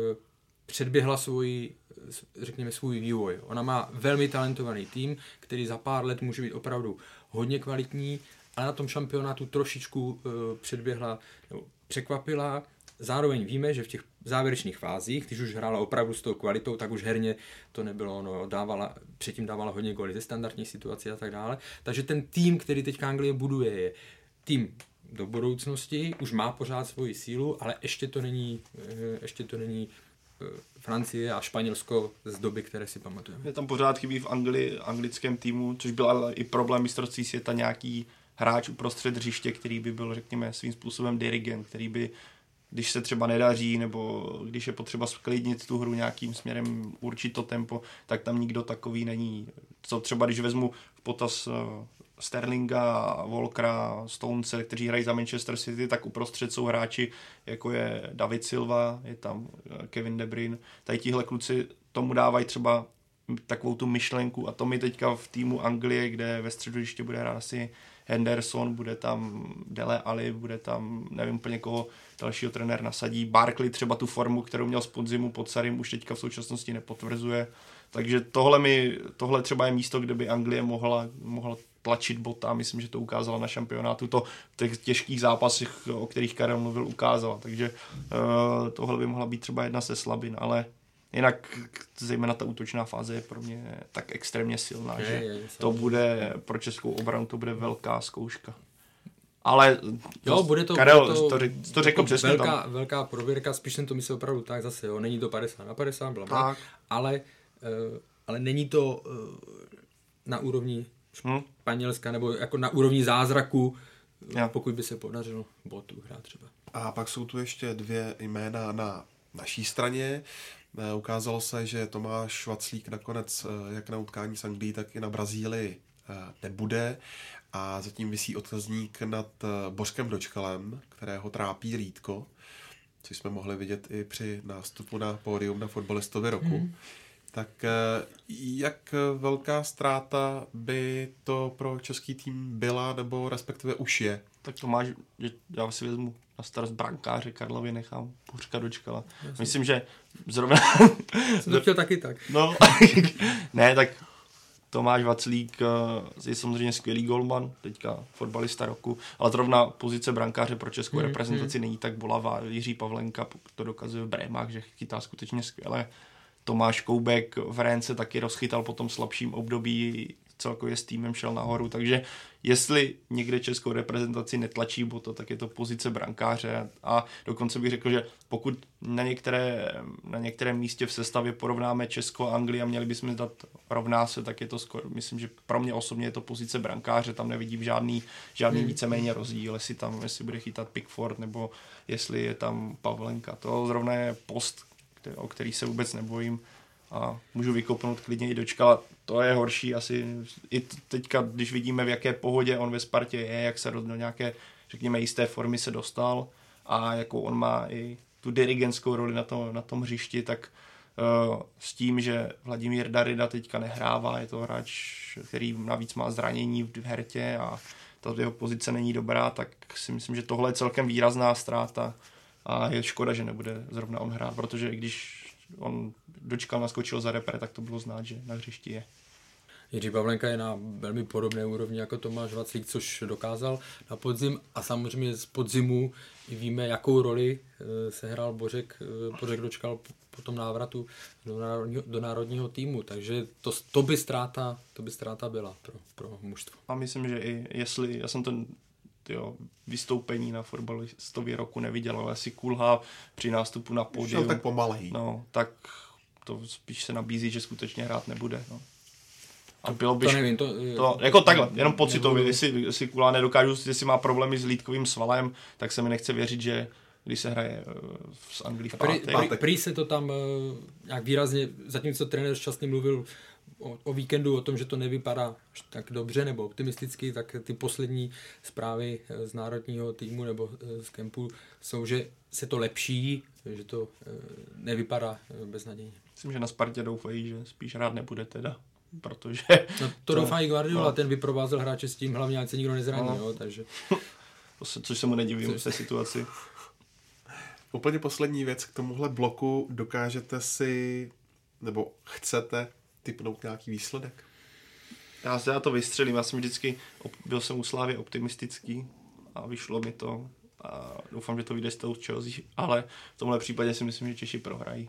předběhla svůj, řekněme, svůj vývoj. Ona má velmi talentovaný tým, který za pár let může být opravdu hodně kvalitní, ale na tom šampionátu trošičku e, předběhla, nebo překvapila. Zároveň víme, že v těch závěrečných fázích, když už hrála opravdu s tou kvalitou, tak už herně to nebylo, no, dávala, předtím dávala hodně góly ze standardních situací a tak dále. Takže ten tým, který teďka Anglie buduje, je tým do budoucnosti, už má pořád svoji sílu, ale ještě to není, ještě to není Francie a Španělsko z doby, které si pamatujeme. Je tam pořád chybí v Anglii, anglickém týmu, což byl ale i problém mistrovství světa, nějaký hráč uprostřed hřiště, který by byl, řekněme, svým způsobem dirigent, který by, když se třeba nedaří, nebo když je potřeba sklidnit tu hru nějakým směrem, určit to tempo, tak tam nikdo takový není. Co třeba, když vezmu v potaz Sterlinga, Walkera, Stonese, kteří hrají za Manchester City, tak uprostřed jsou hráči, jako je David Silva, je tam Kevin De Bruyne. Tady tihle kluci tomu dávají třeba takovou tu myšlenku a to mi teďka v týmu Anglie, kde ve středu ještě bude hrát asi Henderson, bude tam Dele Alli, bude tam, nevím úplně koho dalšího trenér nasadí. Barkley třeba tu formu, kterou měl z podzimu pod Sarrim, už teďka v současnosti nepotvrzuje. Takže tohle, mi, tohle třeba je místo, kde by Anglie mohla, mohla tlačit bota. Myslím, že to ukázala na šampionátu. To v těch těžkých zápasech, o kterých Karel mluvil, ukázala. Takže uh, tohle by mohla být třeba jedna ze slabin, ale jinak zejména ta útočná fáze je pro mě tak extrémně silná, je, že je, to bude pro českou obranu to bude velká zkouška. Ale jo, bude to, Karel bude to, to, to řekl to přesně velká, tam. Velká prověrka, spíš jsem to myslel opravdu tak zase, jo, není to padesát na padesát, blablabla, ale, uh, ale není to uh, na úrovni Španělska, nebo jako na úrovni zázraku, ja. Pokud by se podařilo botu hrát třeba. A pak jsou tu ještě dvě jména na naší straně. Ukázalo se, že Tomáš Vaclík nakonec jak na utkání s Anglií, tak i na Brazílii nebude a zatím visí otazník nad Bořkem Dočkalem, kterého trápí lítko, což jsme mohli vidět i při nástupu na pódium na fotbalistovi roku. Hmm. Tak jak velká ztráta by to pro český tým byla, nebo respektive už je? Tak to máš, že já si vezmu na starost brankáře Karlově, nechám Bořka Dočkala. Jasně. Myslím, že zrovna... Jsem to chtěl taky tak. No, ne, tak Tomáš Vaclík je samozřejmě skvělý golman, teďka fotbalista roku, ale zrovna pozice brankáře pro českou hmm, reprezentaci hmm. není tak bolavá. Jiří Pavlenka to dokazuje v Brémách, že chytá skutečně skvěle. Tomáš Koubek v Rénce taky rozchytal po tom slabším období, celkově s týmem šel nahoru, takže jestli někde českou reprezentaci netlačí Boto, tak je to pozice brankáře a dokonce bych řekl, že pokud na, některé, na některém místě v sestavě porovnáme Česko a Anglii a měli bychom dát rovná se, tak je to skoro, myslím, že pro mě osobně je to pozice brankáře, tam nevidím žádný, žádný hmm. víceméně rozdíl, jestli tam, jestli bude chytat Pickford nebo jestli je tam Pavlenka, to zrovna je post, který, o který se vůbec nebojím a můžu vykopnout klidně i Dočkala. To je horší asi i teďka, když vidíme, v jaké pohodě on ve Spartě je, jak se do nějaké, řekněme, jisté formy se dostal a jakou on má i tu dirigentskou roli na tom, na tom hřišti, tak uh, s tím, že Vladimír Darida teďka nehrává, je to hráč, který navíc má zranění v hertě a ta jeho pozice není dobrá, tak si myslím, že tohle je celkem výrazná ztráta a je škoda, že nebude zrovna on hrát, protože i když on Dočkal naskočil za repre, tak to bylo znát, že na hřišti je. Jiří Pavlenka je na velmi podobné úrovni jako Tomáš Vaclík, což dokázal na podzim a samozřejmě z podzimu i víme, jakou roli sehrál Bořek, Bořek Dočkal po tom návratu do národního, do národního týmu, takže to, to by ztráta, to by ztráta byla pro, pro mužstvo. A myslím, že i jestli, já jsem ten jo, vystoupení na fotbalistově roku neviděl, ale asi kulhá při nástupu na pódium. Šel tak pomalej. No, tak to spíš se nabízí, že skutečně hrát nebude. No. A bylo by to nevím, to, to jako takhle, jenom pocitově, jestli, jestli Kulá nedokážu, jestli má problémy s lítkovým svalem, tak se mi nechce věřit, že když se hraje v Anglii v pátek. Prý, prý, prý se to tam nějak výrazně, zatímco trenér Šťastný mluvil o, o víkendu o tom, že to nevypadá tak dobře nebo optimisticky, tak ty poslední zprávy z národního týmu nebo z kempu jsou, že se to lepší, že to nevypadá beznadějně. Myslím, že na Spartě doufají, že spíš hrát nebude teda. Protože no to, to doufá i Guardiola, no. Ten vyprovázel hráče s tím, hlavně ať se nikdo nezraní, no. Jo, takže... se, což se mu nedivím v té situaci. Úplně poslední věc k tomuhle bloku, dokážete si, nebo chcete tipnout nějaký výsledek? Já se já to vystřelím, já jsem vždycky, byl jsem u Slávy optimistický a vyšlo mi to a doufám, že to vyjde s tou Chelsea, ale v tomhle případě si myslím, že Češi prohrají.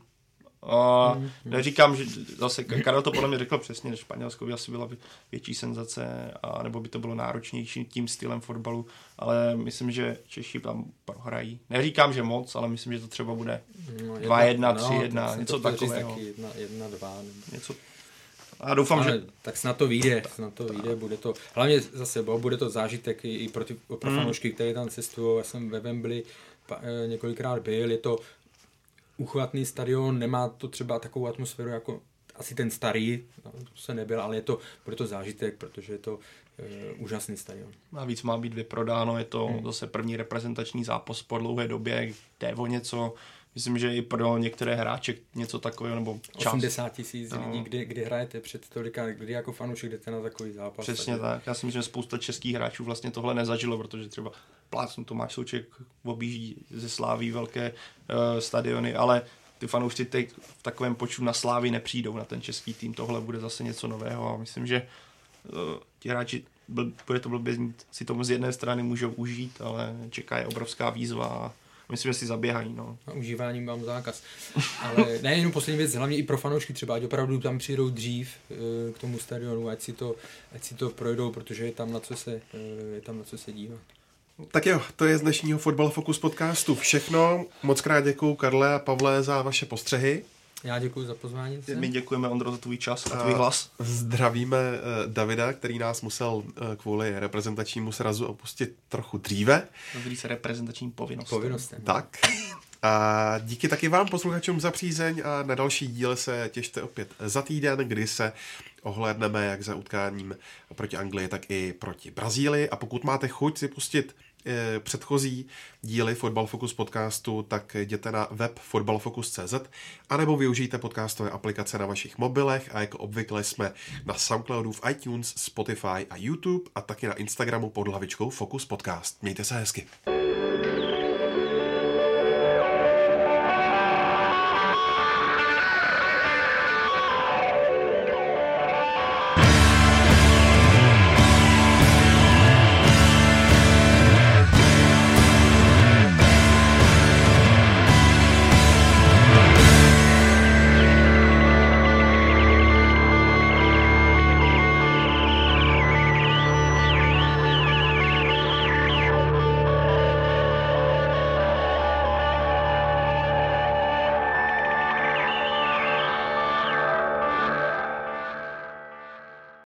A neříkám, že zase Karel to podle mě řekl přesně, že Španělsko by asi byla větší senzace, a nebo by to bylo náročnější tím stylem fotbalu, ale myslím, že Češi tam prohrají. Neříkám, že moc, ale myslím, že to třeba bude no, dva jedna, tři jedna, no, něco takového. jedna dva Něco. A doufám, ale, že... Tak snad to vyjde, snad to vyjde, bude to... Hlavně zase, bo, bude to zážitek i, i pro, ty, pro mm. fanoušky, které tam cestují. Já jsem ve Wembley pa, několikrát byl, je to uchvatný stadion, nemá to třeba takovou atmosféru jako asi ten starý, no, to se nebyl, ale je to, bude to zážitek, protože je to e, úžasný stadion. Navíc má být vyprodáno, je to hmm. zase první reprezentační zápas po dlouhé době, jde o něco, myslím, že i pro některé hráče něco takového, nebo čas. osmdesát tisíc no. lidí, kdy, kdy hrajete před tolika, kdy jako fanoušek jdete na takový zápas. Přesně tak. tak, já si myslím, že spousta českých hráčů vlastně tohle nezažilo, protože třeba plácnu Tomáš Souček objíždí ze Sláví velké uh, stadiony, ale ty fanoušci teď v takovém počtu na Slávy nepřijdou na ten český tým, tohle bude zase něco nového a myslím, že uh, ti hráči, bl- bude to blbě znít, si tomu z jedné strany můžou užít, ale čeká je obrovská výzva a myslím, že si zaběhají. No. Na užívání mám zákaz. Ale nejenom poslední věc, hlavně i pro fanoušky třeba, ať opravdu tam přijdou dřív uh, k tomu stadionu, ať si to, ať si to projdou, protože je tam na co se, uh, je tam na co se dívat. Tak jo, to je z dnešního Fotbal Focus podcastu všechno. Moc krát děkuju Karle a Pavle za vaše postřehy. Já děkuji za pozvání. My děkujeme, Ondro, za tvůj čas a tvůj hlas. Zdravíme Davida, který nás musel kvůli reprezentačnímu srazu opustit trochu dříve. Zdravíme se reprezentačním povinnostem. povinnostem. Tak. A díky taky vám, posluchačům, za přízeň a na další díle se těšte opět za týden, kdy se ohlédneme jak za utkáním proti Anglii, tak i proti Brazílii. A pokud máte chuť si pustit e, předchozí díly Fotbal Focus podcastu, tak jděte na web fotbalfocus tečka cé zet anebo využijte podcastové aplikace na vašich mobilech a jako obvykle jsme na Soundcloudu, v iTunes, Spotify a YouTube a taky na Instagramu pod hlavičkou Focus Podcast. Mějte se hezky.